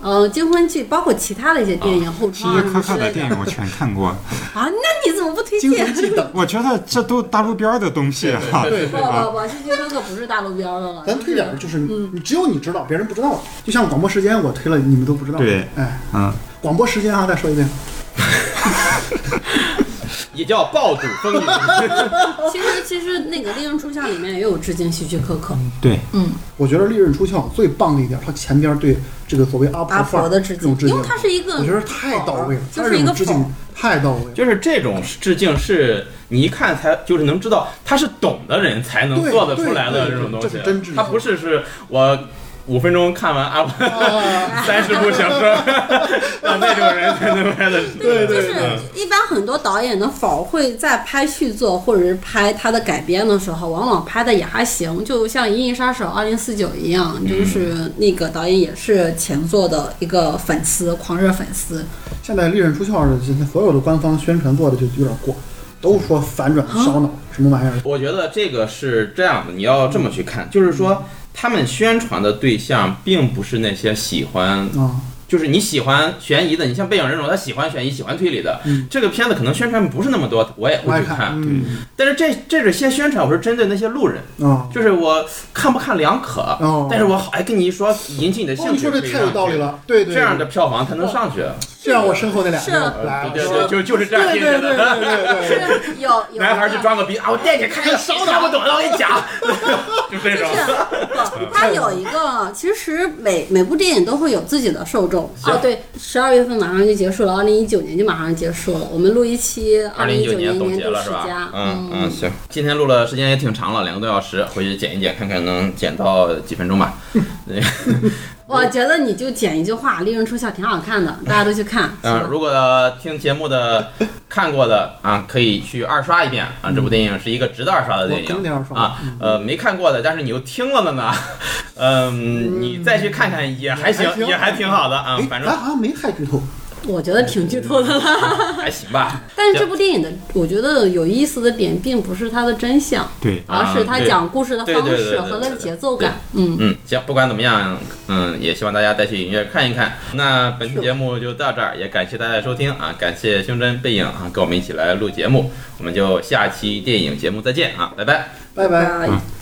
金婚剧，包括其他的一些电影，后希窗区柯克的电影我全看过啊，那你怎么不推惊荐？ 魂记等。 我觉得这都大路边的东西啊。 对不，希区柯克不是大路边的了。 咱推点就是你只有你知道，别人不知道的。就像广播时间，我推了你们都不知道。 对， 哎，广播时间啊，再说一遍。 也叫爆肚风云。 其实那个《利刃出鞘》里面也有致敬希区柯克。 对， 我觉得《利刃出鞘》最棒的一点，它前边对这个所谓阿婆的致敬，因为它是一个， 我觉得太到位了， 就是一个致敬太到位了。 就是这种致敬是你一看才就是能知道他是懂的人才能做得出来的这种东西， 这是真挚。 他不是我5分钟看完30部小说，让那种人才能拍的。 对，就是一般很多导演的否会在拍续作或者是拍他的改编的时候，往往拍的也还行。就像《银翼杀手2049》一样，就是那个导演也是前作的一个粉丝，狂热粉丝。 现在《利刃出鞘》的现在所有的官方宣传做的就有点过。都说反转烧脑，什么玩意儿？ 我觉得这个是这样的，你要这么去看，就是说他们宣传的对象并不是那些喜欢就是你喜欢悬疑的，你像《背影人种》，他喜欢悬疑、喜欢推理的，这个片子可能宣传不是那么多，我也会去看。但是这些宣传我是针对那些路人，就是我看不看两可，但是我好跟你一说，引起你的兴趣。 你说这太有道理了，对， 这样的票房才能上去。 这样我身后那俩人来， 对，就是这样进去的。 对，有男孩就装个逼啊，我带你看一个看不懂的，我跟你讲，就这种。 他有一个，其实每部电影都会有自己的受众。对，12月份马上就结束了，2019年就马上结束了。我们录一期2019年总结了是吧？行，今天录了时间也挺长了，2个多小时，回去剪一剪，看看能剪到几分钟吧。 我觉得你就剪一句话，《利刃出鞘》挺好看的，大家都去看。 如果听节目的看过的可以去2刷一遍啊。这部电影是一个值得2刷的电影啊。没看过的，但是你又听了的呢，你再去看看也还行，也还挺好的啊。反正咱好像没太剧透。 我觉得挺剧透的了， 还行吧。 但是这部电影的，我觉得有意思的点，并不是它的真相， 对， 而是它讲故事的方式和它的节奏感。 行，不管怎么样，也希望大家再去影院看一看。那本期节目就到这儿，也感谢大家的收听啊，感谢胸针背影跟我们一起来录节目，我们就下期电影节目再见啊，拜拜， 拜拜。